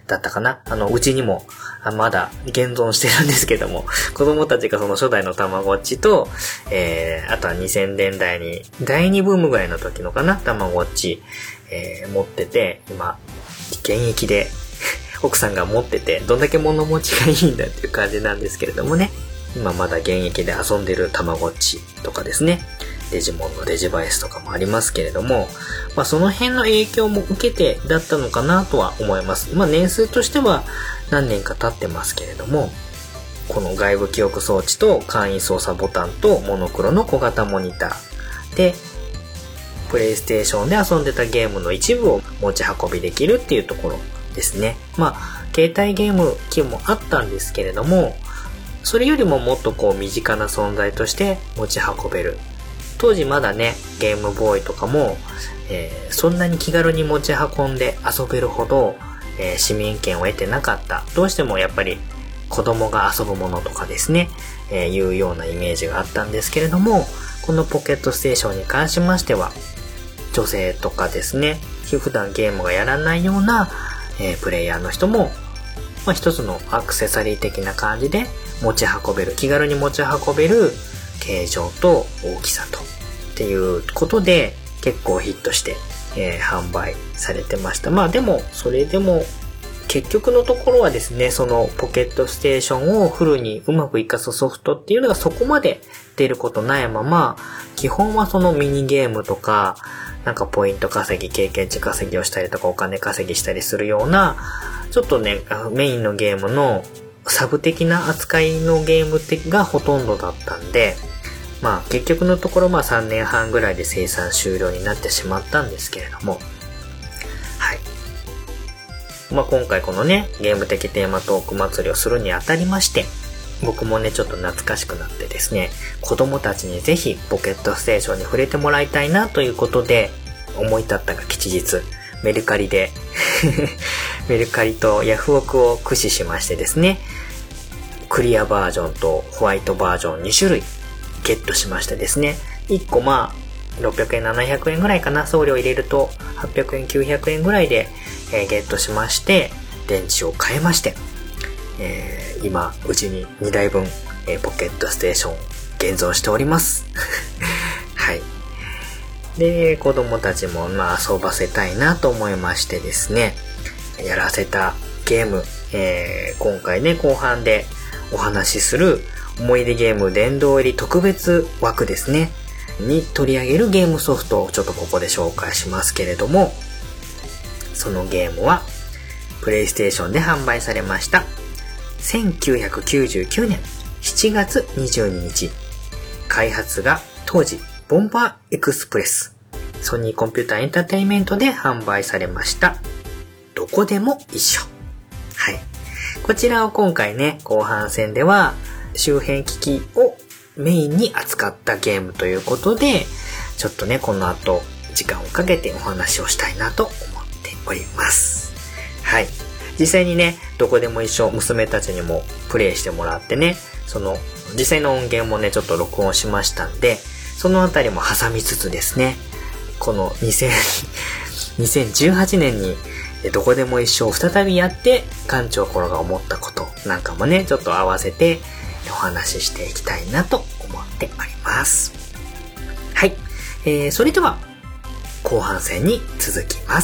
だったかな。あの、うちにも、あまだ現存してるんですけども、子供たちがその初代のたまごっちと、えー、あとはにせんねんだいに、だいにブームぐらいの時のかな、たまごっち、えー、持ってて、今、現役で、奥さんが持ってて、どんだけ物持ちがいいんだっていう感じなんですけれどもね。今まだ現役で遊んでるたまごっちとかですね。デジモンのデジバイスとかもありますけれども、まあその辺の影響も受けてだったのかなとは思います。まあ年数としては何年か経ってますけれども、この外部記憶装置と簡易操作ボタンとモノクロの小型モニターで、プレイステーションで遊んでたゲームの一部を持ち運びできるっていうところですね。まあ携帯ゲーム機もあったんですけれども、それよりももっとこう身近な存在として持ち運べる。当時まだね、ゲームボーイとかも、えー、そんなに気軽に持ち運んで遊べるほど、えー、市民権を得てなかった。どうしてもやっぱり子供が遊ぶものとかですね、えー、いうようなイメージがあったんですけれども、このポケットステーションに関しましては、女性とかですね、普段ゲームがやらないような、えー、プレイヤーの人も、まあ、一つのアクセサリー的な感じで持ち運べる、気軽に持ち運べる形状と大きさとっていうことで結構ヒットして、えー、販売されてました。まあでもそれでも結局のところはですね、そのポケットステーションをフルにうまく活かすソフトっていうのがそこまで出ることないまま、基本はそのミニゲームとかなんかポイント稼ぎ、経験値稼ぎをしたりとかお金稼ぎしたりするようなちょっとねメインのゲームのサブ的な扱いのゲームがほとんどだったんで、まあ結局のところまあさんねんはんぐらいで生産終了になってしまったんですけれども、はい。まあ今回このね、ゲーム的テーマトーク祭りをするにあたりまして、僕もねちょっと懐かしくなってですね、子供たちにぜひポケットステーションに触れてもらいたいなということで、思い立ったが吉日、メルカリでメルカリとヤフオクを駆使しましてですね、クリアバージョンとホワイトバージョンにしゅるいゲットしましてですね、いっこまあろっぴゃくえんななひゃくえんぐらいかな、送料入れるとはっぴゃくえんきゅうひゃくえんぐらいで、えー、ゲットしまして、電池を変えまして、えー、今うちににだいぶん、えー、ポケットステーション現存しておりますはい。で子供たちもまあ遊ばせたいなと思いましてですね、やらせたゲーム、えー、今回ね後半でお話しする思い出ゲーム殿堂入り特別枠ですねに取り上げるゲームソフトをちょっとここで紹介しますけれども、そのゲームはプレイステーションで販売されましたせんきゅうひゃくきゅうじゅうきゅうねんしちがつにじゅうににち、開発が当時ボンバーエクスプレス、ソニーコンピューターエンターテインメントで販売されましたどこでも一緒。はい。こちらを今回ね、後半戦では周辺機器をメインに扱ったゲームということで、ちょっとね、この後時間をかけてお話をしたいなと思っております。はい。実際にね、どこでも一緒、娘たちにもプレイしてもらってね、その実際の音源もね、ちょっと録音しましたんで、そのあたりも挟みつつですね、このにせん、にせんじゅうはちねんにどこでも一緒を再びやって館長コロが思ったことなんかもねちょっと合わせてお話ししていきたいなと思っております。はい、えー、それでは後半戦に続きます。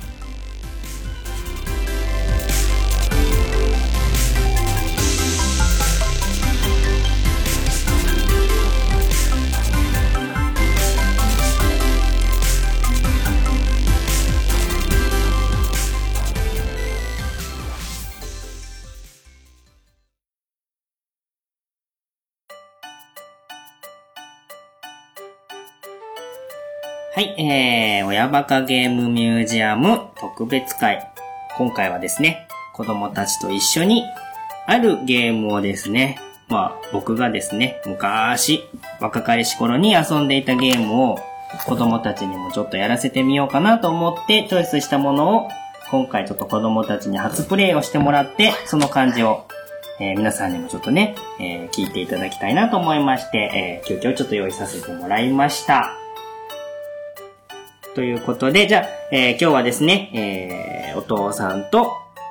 はい、えー、親バカゲームミュージアム特別会。今回はですね、子供たちと一緒にあるゲームをですね、まあ僕がですね、昔若かりし頃に遊んでいたゲームを子供たちにもちょっとやらせてみようかなと思ってチョイスしたものを今回ちょっと子供たちに初プレイをしてもらって、その感じを、えー、皆さんにもちょっとね、えー、聞いていただきたいなと思いまして、えー、急遽ちょっと用意させてもらいました。ということで、じゃあ、えー、今日はですね、えー、お父さんと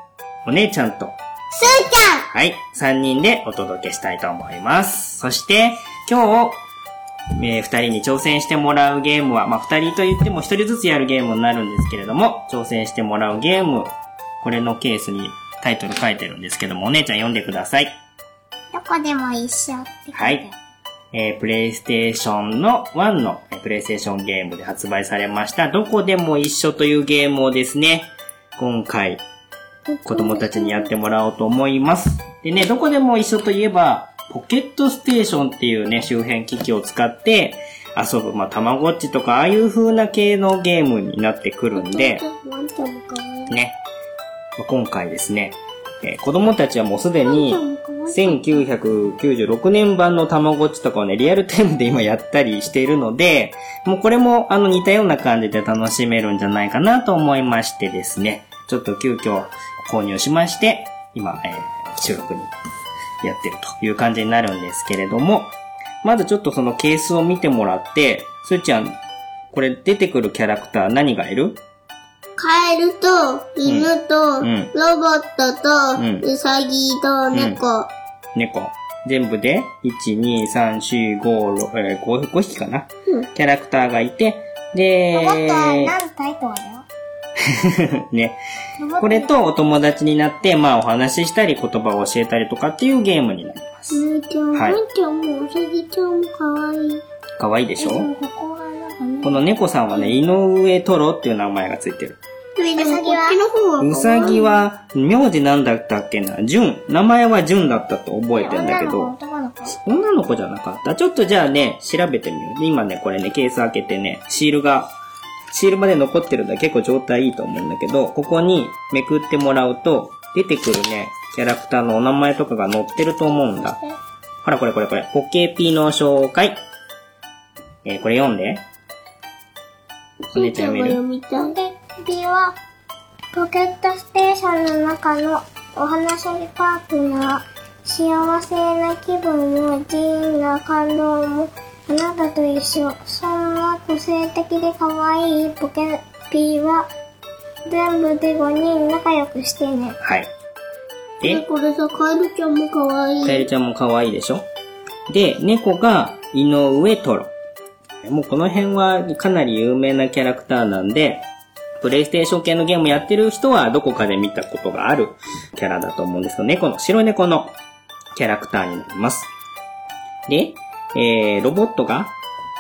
お姉ちゃんと、 すーちゃんはい、さんにんでお届けしたいと思います。そして、今日、えー、ふたりに挑戦してもらうゲームは、まあ、ふたりと言ってもひとりずつやるゲームになるんですけれども、挑戦してもらうゲーム、これのケースにタイトル書いてるんですけども、お姉ちゃん読んでください。 どこでも一緒って書いてある。はい。 えー、プレイステーションのワンの、えー、プレイステーションゲームで発売されました、どこでも一緒というゲームをですね、今回、子供たちにやってもらおうと思います。でね、どこでも一緒といえば、ポケットステーションっていうね、周辺機器を使って遊ぶ、まあ、たまごっちとか、ああいう風な系のゲームになってくるんで、ね、まあ、今回ですね、えー、子供たちはもうすでに、せんきゅうひゃくきゅうじゅうろくねん版のたまごっちとかをね、リアルタイムで今やったりしているので、もうこれもあの似たような感じで楽しめるんじゃないかなと思いましてですね、ちょっと急遽購入しまして、今、えー、収録にやってるという感じになるんですけれども、まずちょっとそのケースを見てもらって、すーちゃん、これ出てくるキャラクター何がいる？ カエルと、犬と、うん、ロボットと、うん、ウサギと、猫、うん。 猫。全部で、いち、に、さん、よん、ご、ろく、えー、ご、ごひきかな、うん、キャラクターがいて、で、 ロボットは何体とはだよ。 ね。これとお友達になって、まあお話ししたり言葉を教えたりとかっていうゲームになります。 うんちゃん、はい。うんちゃんもウサギちゃんもかわいい。 かわいいでしょ？この猫さんはね、井上トロっていう名前がついてる。 ウサギはウサギは、名字なんだったっけな？ジュン。名前はジュンだったと覚えてんだけど。女の子、男の子？女の子じゃなかった。ちょっとじゃあね、調べてみよう。今ね、これね、ケース開けてね、シールが、シールまで残ってるんだ。結構状態いいと思うんだけど、ここにめくってもらうと、出てくるね、キャラクターのお名前とかが載ってると思うんだ。ほら、これこれこれ。ポケピの紹介。えー、これ読んで。お姉ちゃん読める？ ポケピは、ポケットステーションの中のお話パートナー、幸せな気分も自由な感動もあなたと一緒。そんな個性的で可愛いポケピは全部でごにん仲良くしてね。 はい。で、 これさ、カエルちゃんも可愛い。 カエルちゃんも可愛いでしょ？で、猫が井上トロ。もうこの辺はかなり有名なキャラクターなんで、プレイステーション系のゲームやってる人はどこかで見たことがあるキャラだと思うんですけど、猫の、白猫のキャラクターになります。で、えー、ロボットが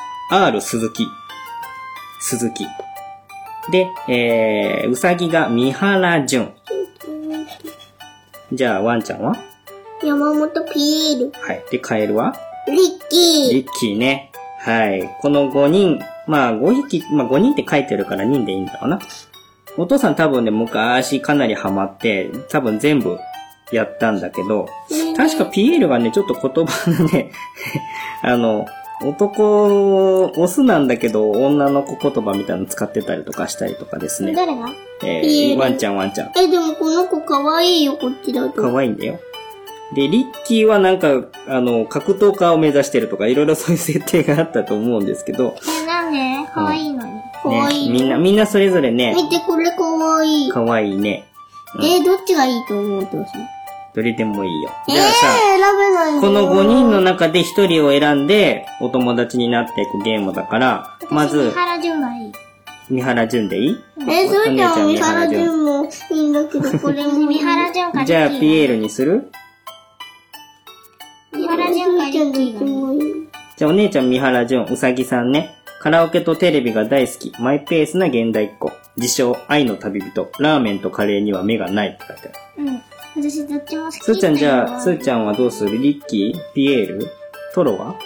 R 鈴木。鈴木。で、えー、うさぎが三原純。じゃあ、ワンちゃんは山本ピエール。 はい。で、カエルはリッキー。 リッキーね。はい。このごにん、まあごひき、まあごにんって書いてるからにんでいいんだろうな。お父さん多分ね、昔かなりハマって、多分全部やったんだけど、確かピエールがね、ちょっと言葉のね、あの、男、オスなんだけど、女の子言葉みたいなの使ってたりとかしたりとかですね。 誰が？ えー、ワンちゃんワンちゃん。 え、でもこの子可愛いよ、こっちだと。 可愛いんだよ。で、リッキーはなんか、あの、格闘家を目指してるとか、いろいろそういう設定があったと思うんですけど。 え、なんで？可愛いのに。 うん、可愛い、ね。みんな、みんなそれぞれね。 見て、これ可愛い。 可愛いね。 うん、えー、どっちがいいと思うとしどれでもいいよ。 じゃあさ、えー、選べないこのごにんの中でひとりを選んで、お友達になっていくゲームだから、まず、 三原純がいい。 三原純でいい？ えー、それじゃあ三原純もいいんだけど、これも三原純かリッキー。 じゃあ、ピエールにする？ 三原純かリッキーがいい。 じゃあ、お姉ちゃん三原純、うさぎさんね。カラオケとテレビが大好き、マイペースな現代っ子。自称、愛の旅人。ラーメンとカレーには目がないって書いてある。 うん。私どっちも好き。 すーちゃんじゃあ、すーちゃんはどうする？リッキー？ピエール？トロは？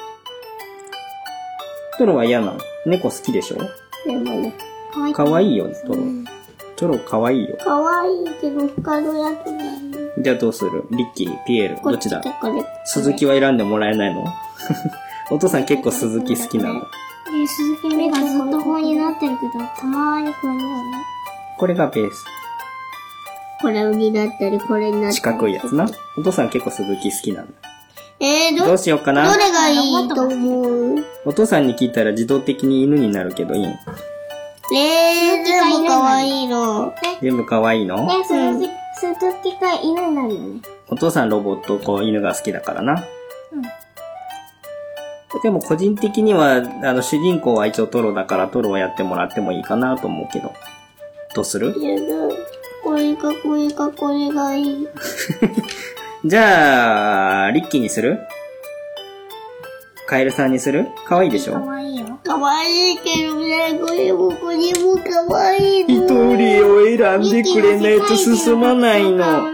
トロは嫌なの？猫好きでしょ？ でもね。 かわいいよね、トロ。うん、トロかわいいよ。 かわいいけど、他のやつがいい。 じゃあどうする？リッキー、ピエール、どっちだ？鈴木は選んでもらえないの？お父さん結構鈴木好きなの。 え、鈴木目がずっと方になってるけど、たまーにこれになるね。 これがベース。 これになったり、これになったり。 四角いやつな。お父さん結構鈴木好きなんだ。 えー、ど、 どうしようかな。 どれがいいと思う？ お父さんに聞いたら自動的に犬になるけどいい？ えー、全部かわいいの。 全部かわいいの？ ね、鈴木、 するときが犬になるよね。 お父さんロボット、こう、犬が好きだからな。 うん。 でも個人的には、あの、主人公は一応トロだからトロをやってもらってもいいかなと思うけど。どうする？ やだ。これかこれかこれがいい。 じゃあ、リッキーにする？カエルさんにする？かわいいでしょ？ かわいいよ。かわいいけどね、これもこれもかわいい一の。 人を選んでくれないと進まないの。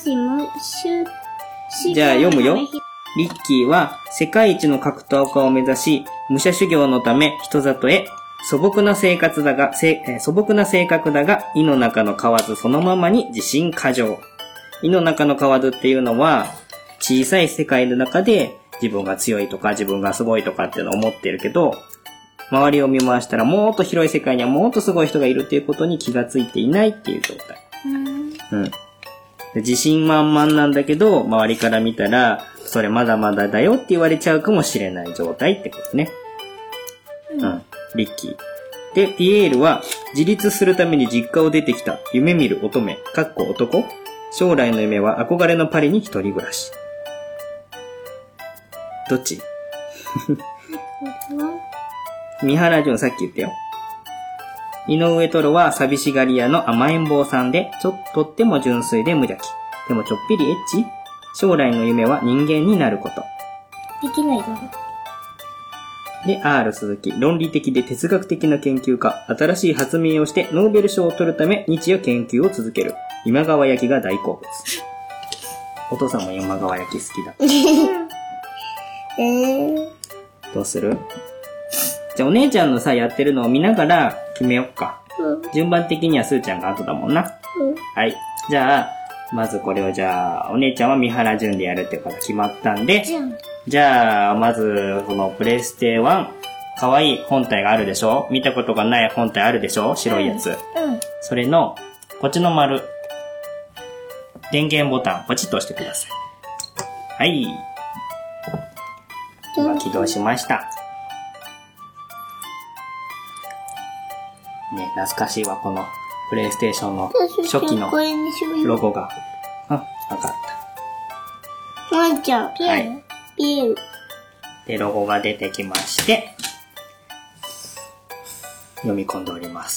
じゃあ読むよ。リッキーは世界一の格闘家を目指し、武者修行のため人里へ。素朴な生活だが、せえー、素朴な性格だが、胃の中の蛙そのままに自信過剰。胃の中の蛙っていうのは、小さい世界の中で自分が強いとか自分がすごいとかっていうのを思ってるけど、周りを見回したらもっと広い世界にはもっとすごい人がいるっていうことに気がついていないっていう状態。うん。で自信満々なんだけど、周りから見たら、それまだまだだよって言われちゃうかもしれない状態ってことね。うん。うん、リッキー。で、ピエールは自立するために実家を出てきた夢見る乙女、かっこ男。将来の夢は憧れのパリに一人暮らし。どっち？三原淳さっき言ったよ。井上トロは寂しがり屋の甘えん坊さんで、ちょ、とっても純粋で無邪気。でもちょっぴりエッチ？将来の夢は人間になること。 できないよ。 で、R 鈴木、論理的で哲学的な研究家、新しい発明をしてノーベル賞を取るため日夜研究を続ける。今川焼きが大好物。お父さんも今川焼き好きだ。 えー、 どうする？じゃあお姉ちゃんのさ、やってるのを見ながら決めよっか。 うん、 順番的にはすーちゃんが後だもんな。 うん、 はい。じゃあ、まずこれをじゃあ、お姉ちゃんは三原淳でやるってことが決まったんで、じゃあ、まず、このプレイステワン、かわいい本体があるでしょ？見たことがない本体あるでしょ？白いやつ。 うん。 それの、こっちの丸、電源ボタン、ポチッと押してください。はい。今起動しました。ね、懐かしいわ、この、プレイステーションの初期のロゴが。あ、わかった。 ワンちゃん、ピエール、はい、ピエール。 で、ロゴが出てきまして、読み込んでおります。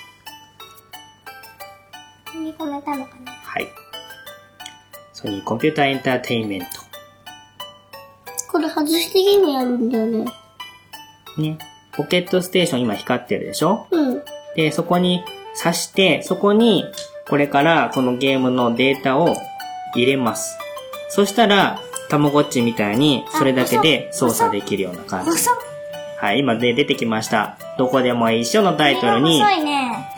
読み込めたのかな？ はい。ソニーコンピューターエンターテインメント。 これ外してゲームやるんだよね。 ね。ポケットステーション今光ってるでしょ？ うん。 で、そこに挿して、そこにこれからこのゲームのデータを入れます。そしたら、たまごっちみたいにそれだけで操作できるような感じ。はい、今で出てきました。どこでも一緒のタイトルに、 細いね。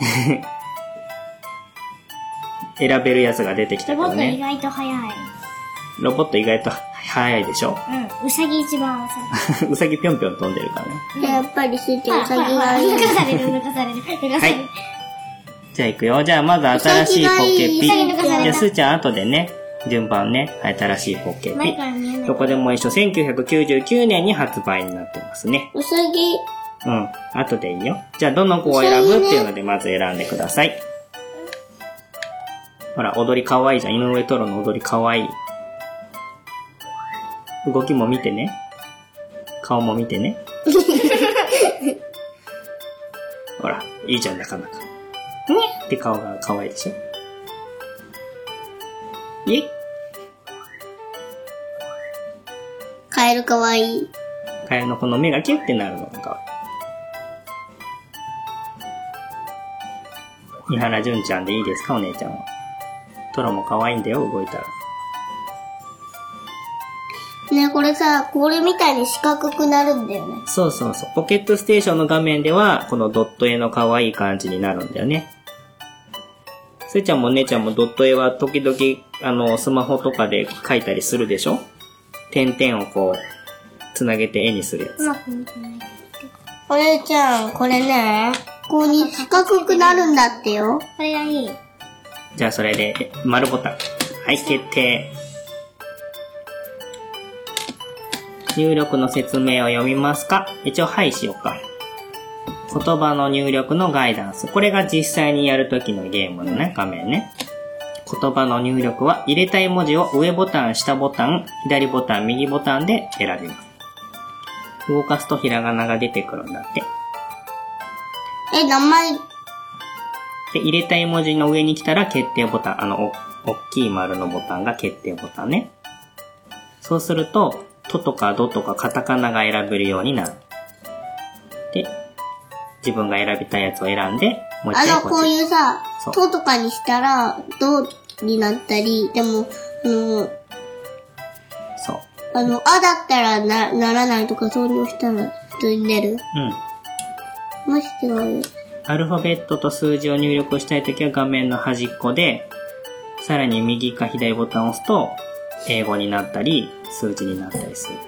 選べるやつが出てきたけどね。 ロボット意外と早い。 ロボット意外と早いでしょ？ うん。うさぎ一番遅い。 うさぎぴょんぴょん飛んでるからね。 やっぱりすーちゃんうさぎがいい。抜かされる、抜かされる、抜かされる。はい。 じゃあ行くよ。じゃあまず新しいポケピ。じゃあすーちゃん後でね、順番ね、新しいポケピ。どこでも一緒、せんきゅうひゃくきゅうじゅうきゅうねんに発売になってますね。 うさぎ。 うん。後でいいよ。じゃあどの子を選ぶっていうのでまず選んでください。ほら、踊りかわいいじゃん。井上トロの踊りかわいい。動きも見てね。顔も見てね。ほら、いいじゃん、なかなか。ねって顔がかわいいでしょ。イェイ。 カエルかわいい。 カエルのこの目がキュッてなるのがかわいい。三原淳ちゃんでいいですか、お姉ちゃんは。トロもかわいいんだよ、動いたら。 ね、これさ、これみたいに四角くなるんだよね。 そうそうそう。ポケットステーションの画面では、このドット絵の可愛い感じになるんだよね。すーちゃんもお姉ちゃんもドット絵は時々、あの、スマホとかで描いたりするでしょ？点々をこう、つなげて絵にするやつ。 うまく見てない。お姉ちゃん、これね、ここに四角くなるんだってよ。これがいい。 じゃあそれで、丸ボタン。はい、決定。入力の説明を読みますか？一応、はいしようか。言葉の入力のガイダンス。これが実際にやるときのゲームのね、画面ね。 言葉の入力は入れたい文字を上ボタン、下ボタン、左ボタン、右ボタンで選びます。動かすとひらがなが出てくるんだって。 え、名前、 で、入れたい文字の上に来たら決定ボタン、あの、お、おっきい丸のボタンが決定ボタンね。そうすると、ととかどとかカタカナが選べるようになる。で、自分が選びたいやつを選んで、もう一回あの、こういうさ、 そうととかにしたら、どになったり、でも、あの、 そう。 あの、あだったらな、ならないとか、そういうしたら普通に出る。 うん。 もし違う。 アルファベットと数字を入力したいときは画面の端っこで、さらに右か左ボタンを押すと、英語になったり、数字になったりする。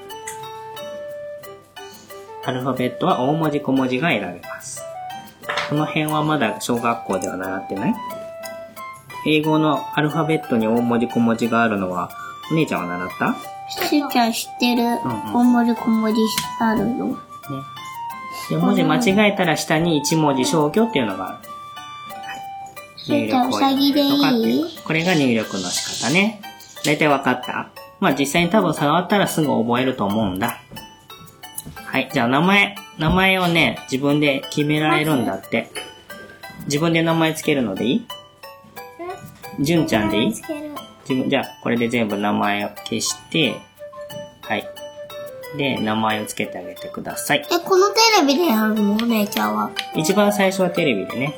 アルファベットは大文字小文字が選べます。この辺はまだ小学校では習ってない？英語のアルファベットに大文字小文字があるのは、お姉ちゃんは習った？ しーちゃん知ってる。 うんうん大文字小文字あるの。 ね。で、文字間違えたら下に一文字消去っていうのがある。はい。入力をやるとかっていう。これが入力の仕方ね。だいたい分かった？まあ実際に多分触ったらすぐ覚えると思うんだ。はい。じゃあ名前、名前をね、自分で決められるんだって。自分で名前つけるのでいい？じゅんちゃんでいい？ つける。 自分、じゃあこれで全部名前を消して、はい。で、名前をつけてあげてください。 え、このテレビでやるのお姉ちゃんは。 一番最初はテレビでね。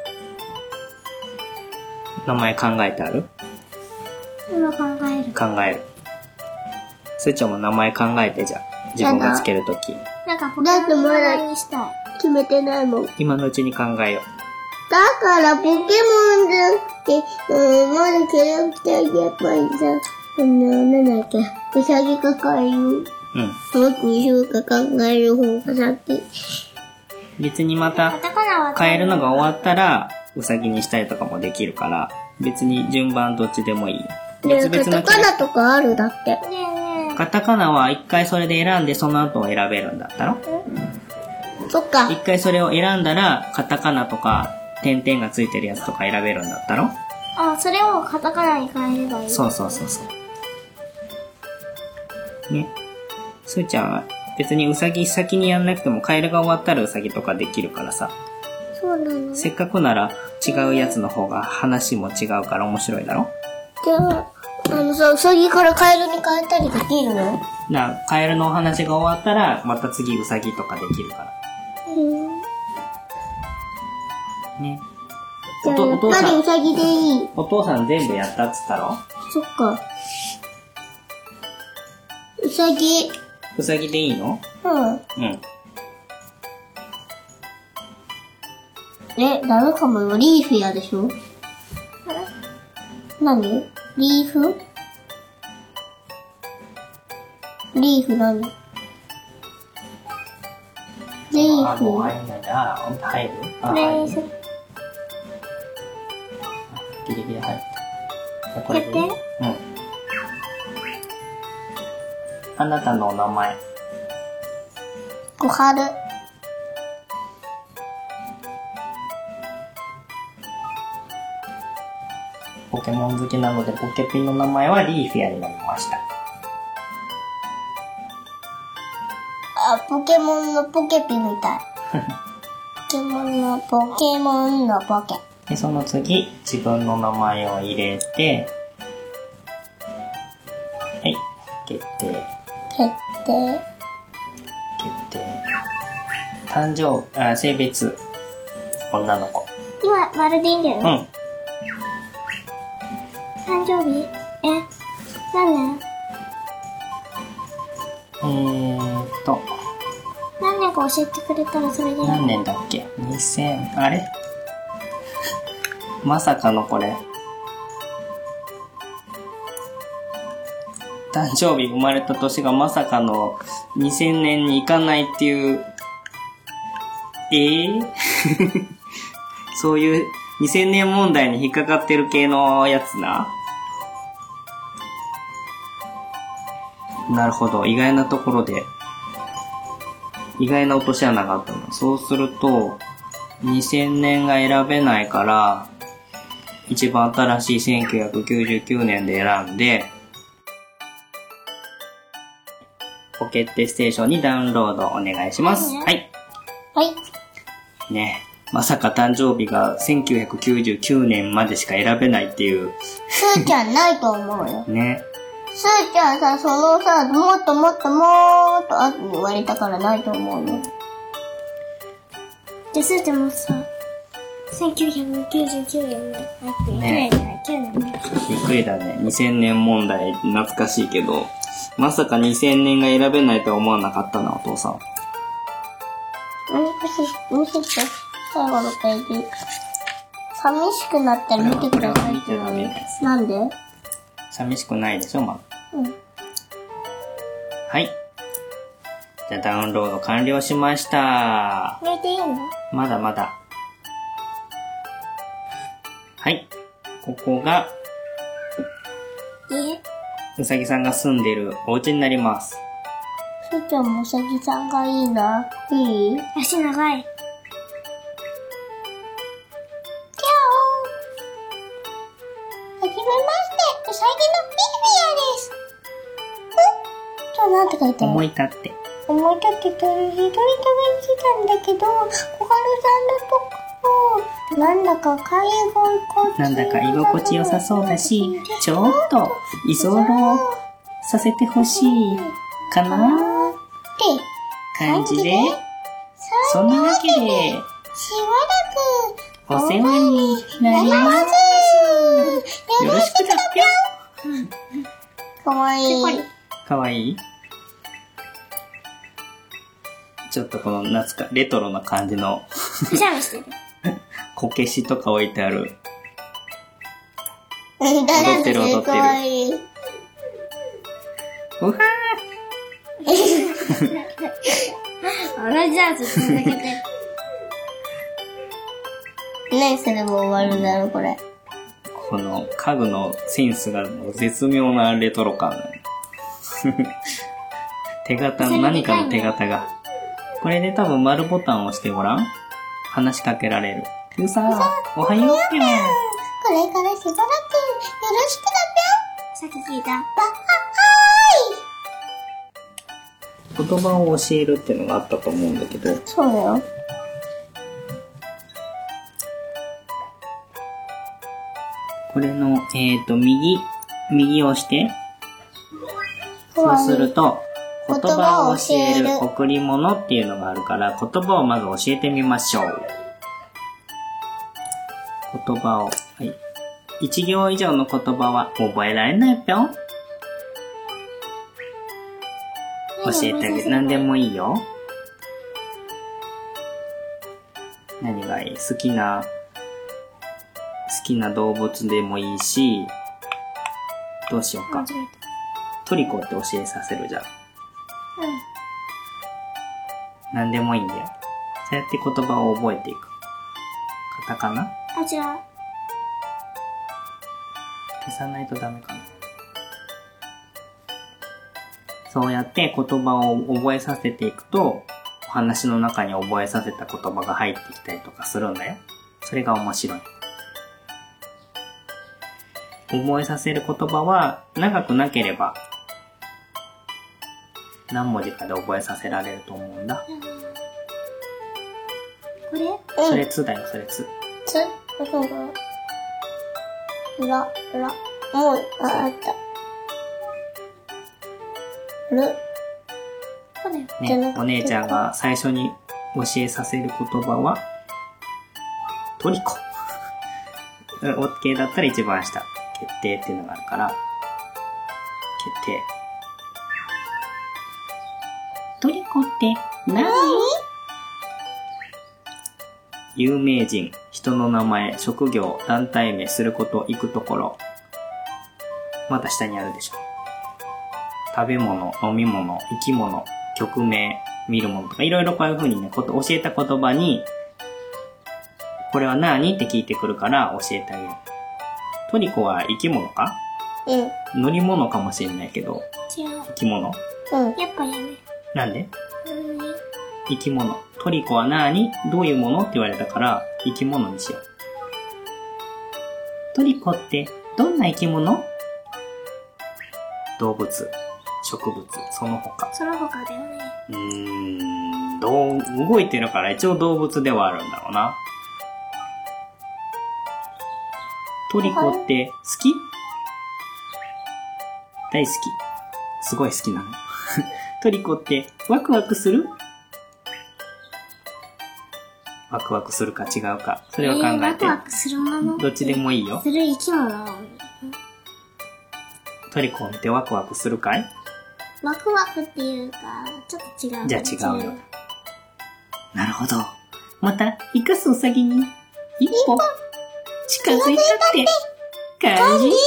名前考えてある？ 今考える。 考える。すーちゃんも名前考えてじゃあ。自分がつけるとき。 なんか、だってまだにしたい。決めてないもん。だ今のうちに考えよから、ポケモンじゃなくて、うん、まだキャラクターでやっぱりさ、あの、なんだっけ、うさぎかカエル。 う。うん。 僕、後ろか考える方がさって。 別にまた変えるのが終わったら、うさぎにしたりとかもできるから、別に順番どっちでもいい。別々のカタカナとかあるだって。ねえ。 カタカナは一回それで選んでその後を選べるんだったろ？ そっか。 一回それを選んだら、カタカナとか、点々がついてるやつとか選べるんだったろ？ あ、それをカタカナに変えればいい。 そうそうそうそう。ね。すーちゃんは別にうさぎ先にやんなくてもカエルが終わったらうさぎとかできるからさ。 そうなの。 せっかくなら違うやつの方が話も違うから面白いだろ？ でも、あのさ、うさぎからカエルに変えたりできるの？ な、カエルのお話が終わったらまた次うさぎとかできるから。 うん。 ね。 じゃあ、 おとやっぱりうさぎでいい。 お父さん全部やったっつったろ？ そっか。うさぎ。 うさぎでいいの？ うん。 うん。 え、ダメかもよ。リーフやでしょ？何？リーフ？リーフ何？リーあ、もうフ。 入んない。あ、入る？あ、 レ入る。 ース。 ギリギリ入った。これでいい？ やって。 うん。あなたのお名前。 小春。 ポケモン好きなのでポケピンの名前はリーフィアになりました。 あ、ポケモンのポケピみたい。ポケモンのポケモンのポケ。 で、その次、自分の名前を入れて、はい、決定、 決定。 決定。誕生、あ、性別、女の子。 今、丸でいいんだよね。 うん。 誕生日？え、何年？ えーっと、 何年か教えてくれたらそれでいい。 何年だっけ ?にせん、あれまさかのこれ。誕生日生まれた年がまさかのにせんねんに行かないっていう、えー、そういうにせんねん問題に引っかかってる系のやつな。なるほど。意外なところで、意外な落とし穴があったの。そうすると、にせんねんが選べないから、 一番新しいせんきゅうひゃくきゅうじゅうきゅうねんで選んで、ポケットステーションにダウンロードお願いします。はい。 はい。 ね。まさか誕生日がせんきゅうひゃくきゅうじゅうきゅうねんまでしか選べないっていう。 すーちゃんないと思うよ。 ね。 すーちゃんさ、そのさ、もっともっともーっとあって言われたからないと思うよ。じゃあすーちゃんもさ、せんきゅうひゃくきゅうじゅうきゅうねんの、ね、きゅうねんね。 びっくりだね。にせんねん問題懐かしいけど、まさかにせんねんが選べないとは思わなかったな、お父さん。 見せて、最後のページ。寂しくなったら見てくださいって言うの。なんで？ 寂しくないでしょ、まだ。 うん。 はい。じゃあダウンロード完了しました。 見ていいの？ まだまだ。はい。ここが、 え？ うさぎさんが住んでいるお家になります。 すーちゃんもうさぎさんがいいな。いい？足長い。キャオー。はじめまして、うさぎのビビアです。ん？今日なんて書いてある？ 思い立って。 思い立ってたら一人旅に来たんだけど、小春さんのとこ、なんだか飼い心地なんだか居心地良さそうだし、ちょっと居候させてほしいかなって感じで、そんなわけで、 しばらくお世話になります。よろしくだぴょん。 かわいい。 かわいい？ちょっとこの懐か、レトロな感じのこけしとか置いてある。踊ってる踊ってる。うはー同じやつ続けて。何それも終わるんだろ、これ。 この家具のセンスが絶妙なレトロ感だね。手形、何かの手形が。これで多分丸ボタンを押してごらん。話しかけられる。うさー、おはようぴょん。これからしばらくよろしくだぴょん。さっき聞いた。わっはーい。言葉を教えるっていうのがあったと思うんだけど。 そうだよ。 これの、えっと、右、右を押して。そうすると、言葉を教える贈り物っていうのがあるから、言葉をまず教えてみましょう。言葉を、はい。一行以上の言葉は覚えられないぴょん。教えてあげる。何でもいいよ。何がいい？好きな、好きな動物でもいいし、どうしようか。トリコって教えさせるじゃん。 うん。 何でもいいんだよ。そうやって言葉を覚えていく。カタカナ？ あ、違う。 消さないとダメかな。そうやって言葉を覚えさせていくと、お話の中に覚えさせた言葉が入ってきたりとかするんだよ。それが面白い。覚えさせる言葉は長くなければ何文字かで覚えさせられると思うんだ。 これ？ それつだよ、それつ。 つ？そうだ。ら、ら、もう、あ、あった。る。これ。 ね、お姉ちゃんが最初に教えさせる言葉は、トリコ。OK だったら一番下。決定っていうのがあるから、決定。トリコって何？有名人、人の名前、職業、団体名、すること、行くところ。また下にあるでしょ。食べ物、飲み物、生き物、曲名、見るものとか、いろいろこういう風にね、こと教えた言葉に、これは何って聞いてくるから教えてあげる。トリコは生き物か？ うん。 乗り物かもしれないけど。 違う。 生き物？ うん。やっぱやめ。 なんで？ うん。 生き物。トリコは何？どういうものって言われたから、生き物にしよう。 トリコってどんな生き物？動物、植物、その他。 その他だよね。 うーん、どう、動いてるから一応動物ではあるんだろうな。トリコって好き？大好き。すごい好きなの。トリコってワクワクする？ワクワクするか違うか。それを考えて。 えー、ワクワクするもの。 どっちでもいいよ。 する生き物。 トリコを見てワクワクするかい？ ワクワクっていうか、ちょっと違う。 じゃあ違うよ。なるほど。また、生かすうさぎに、一歩、近づいたって感じ？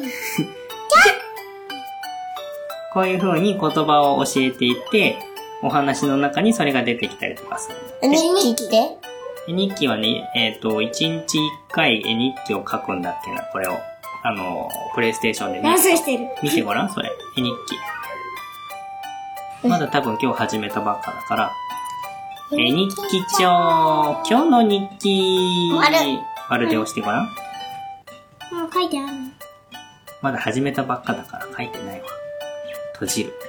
こういう風に言葉を教えていって、お話の中にそれが出てきたりとかする。 え、日記って日記はね、えっと、一日一回日記を書くんだっけな、これを。あの、プレイステーションで見ダンスしてる。 見てごらん、それ。日記。まだ多分今日始めたばっかだから。え、日記帳。今日の日記。 丸。 丸で押してごらん。 もう書いてある。 まだ始めたばっかだから書いてないわ。閉じる。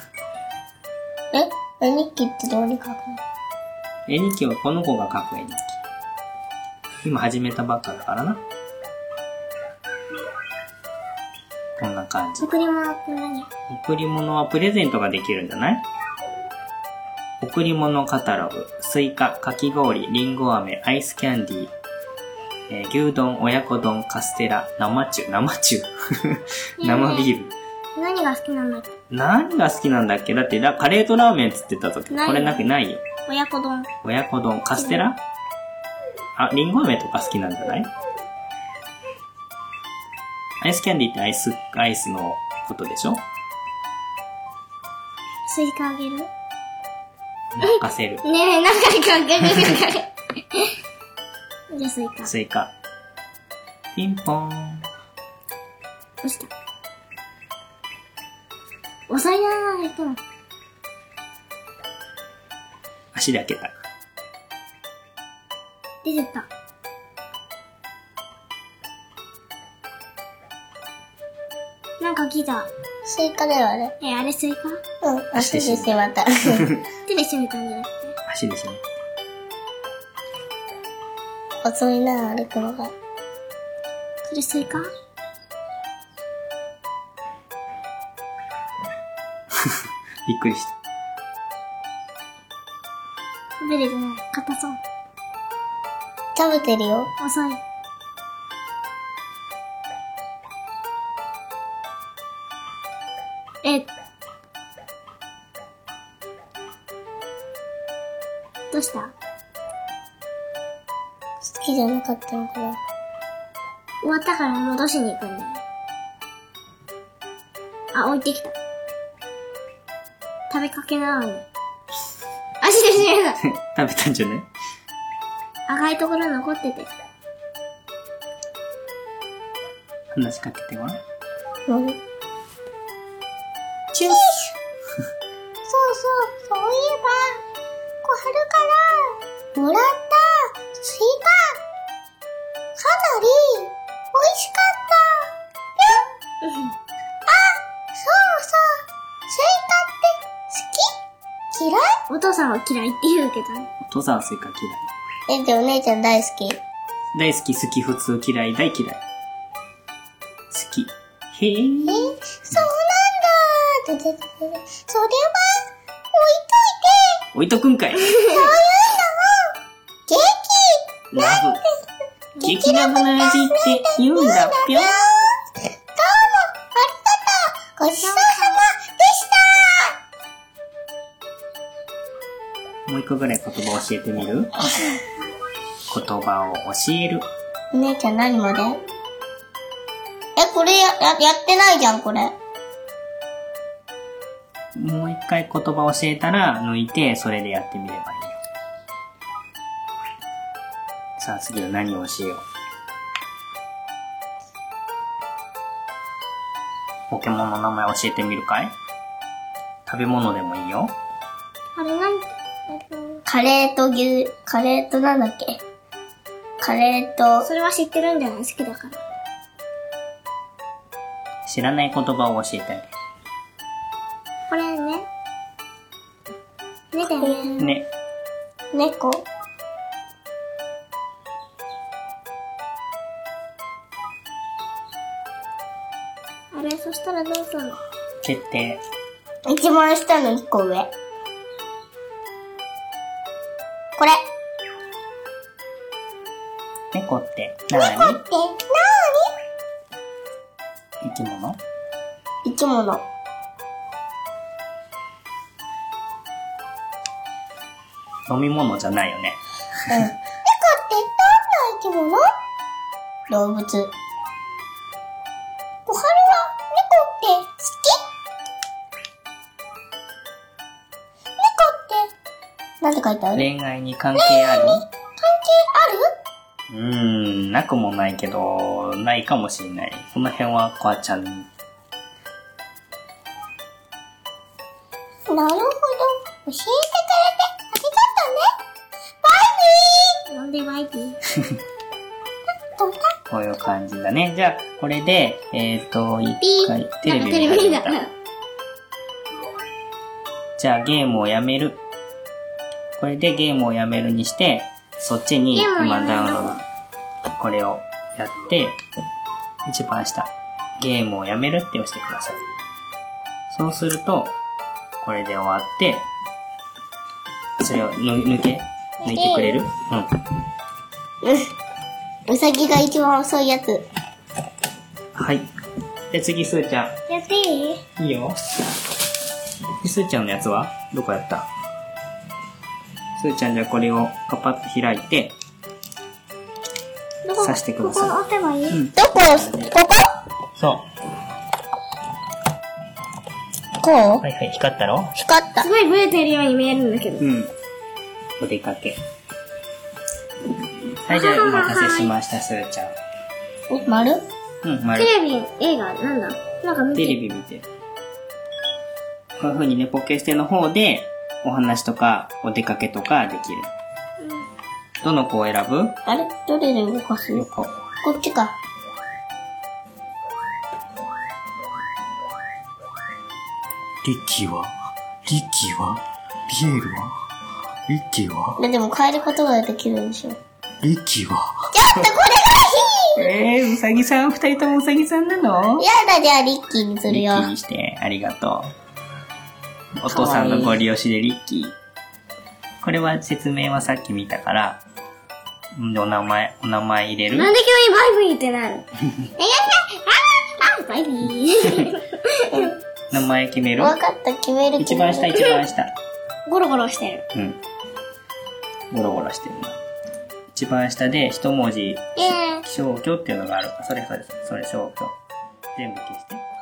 え、絵日記ってどうに書くの？ 絵日記はこの子が書く絵日記。今始めたばっかだからな。こんな感じ。 贈り物って何？ 贈り物はプレゼントができるんじゃない？贈り物カタログ、スイカ、かき氷、りんご飴、アイスキャンディー、えー、牛丼、親子丼、カステラ、生中、生中生ビール。 何が好きなんだっけ？ 何が好きなんだっけ？だってだ、カレーとラーメンつってた時、これなくないよ。 親子丼。 親子丼、カステラ？あ、りんご飴とか好きなんじゃない？アイスキャンディーってアイス、アイスのことでしょ？ スイカあげる？ 任せる。 ねえ、何回かあげる。じゃあスイカ。 スイカ。ピンポーン。 押した。遅いなぁ、えっと。 足で開けた。 出てった。なんか聞いた。 スイカだよ、あれ。 え、あれスイカ？ うん、足でしまった。 手で閉めたんじゃなくて。 足ですね。 遅いな、歩くのが。 それスイカ？ びっくりした。 食べれてない。硬そう。 食べてるよ。 遅い。え、どうした？ 好きじゃなかったのかな。 終わったから戻しに行くんだよ。あ、置いてきた。食べかけなのに。足で閉めた。 食べたんじゃない？ 赤いところ残ってて。 話しかけてごらん。 うん。 チュース。そうそう、そういえば、小春からもらったスイカ、かなり美味しかった。ぴょん。あ、そうそう、スイカって好き？嫌い？お父さんは嫌いって言うけどね。 お父さんはスイカ嫌い。 え、じゃあお姉ちゃん大好き。 大好き、好き、普通、嫌い、大嫌い。好き。へえ。 え、そうなんだ。ででででそれは、置いといて。 置いとくんかい。 そういうのも、ケーキラブ。ケーキラブの味って言うんだぴょん。 どうも、ありがとう。ごちそうさまでした。 もう一個ぐらい言葉教えてみる？言葉を教える。 お姉ちゃん何まで？え、これや、や、やってないじゃん、これ。 もう一回言葉教えたら抜いて、それでやってみればいいよ。さあ次は何を教えよう。ポケモンの名前教えてみるかい？食べ物でもいいよ。 あれなんて、えっと、 カレーと牛、カレーとなんだっけ？カレーと、 それは知ってるんじゃない？好きだから。 知らない言葉を教えてあげる。 これね。ねだよね。 ね。 猫。 あれ、そしたらどうするの？ 決定。 一番下の一個上。これ。 猫って何？ 猫って生き物？ なーに？生き物。 飲み物じゃないよね。 うん。猫ってどんな生き物？動物。小春は猫って好き？猫って、なんて書いてある？ 恋愛に関係ある？ 関係うーん、なくもないけど、ないかもしれない。その辺は、こあちゃんに。 ある？なるほど。教えてくれてありがとうね。バイビー。 なんでバイビー？ こういう感じだね。じゃあ、これで、えっと、一回、テレビテレビだ。 じゃあ、ゲームをやめる。これでゲームをやめるにして、そっちにゲームをやめる今ダウンロード。これをやって、一番下、ゲームをやめるって押してください。そうすると、これで終わって、それを抜抜け抜いてくれる？うん。 うさぎが一番遅いやつ。 はい。で、次、すーちゃん。 やっていい？ いいよ。で、すーちゃんのやつはどこやった？すーちゃんじゃあこれをパパッと開いて、 どこ刺してくださいここ押せばいい？ うん。 どこ押す？ここ？ そう。 こう？ はいはい、光ったろ？ 光ったす。ごいブレてるように見えるんだけど。 うん。お出かけ。はい、じゃあ、お待たせしました、すーちゃん。 え、丸？ うん、まる。 テレビ、映画、なんだなんか見てテレビ見て。こういう風にね、ポケステの方で、お話とか、お出かけとかできる。どの子を選ぶ？ あれ？どれで動かす？ここ。 っちか。 リッキーはリッキーはピエールはリッキーはでも変えることができるんでしょ。 リッキーはえー、うさぎさん、二人ともうさぎさんなの？ やだ、じゃあリッキーにするよリッキー。にして、ありがとう。お父さんのご利用しでリッキー。これは説明はさっき見たから、んお名前、お名前入れる？ なんで急にバイビーってなる？ああ、バイビー。 名前決める？ わかった、決める一番下、一番下。 ゴロゴロしてる。 うん。ゴロゴロしてるな。一番下で一文字、 えー消去っていうのがある。それそれ、それ消去。全部消して。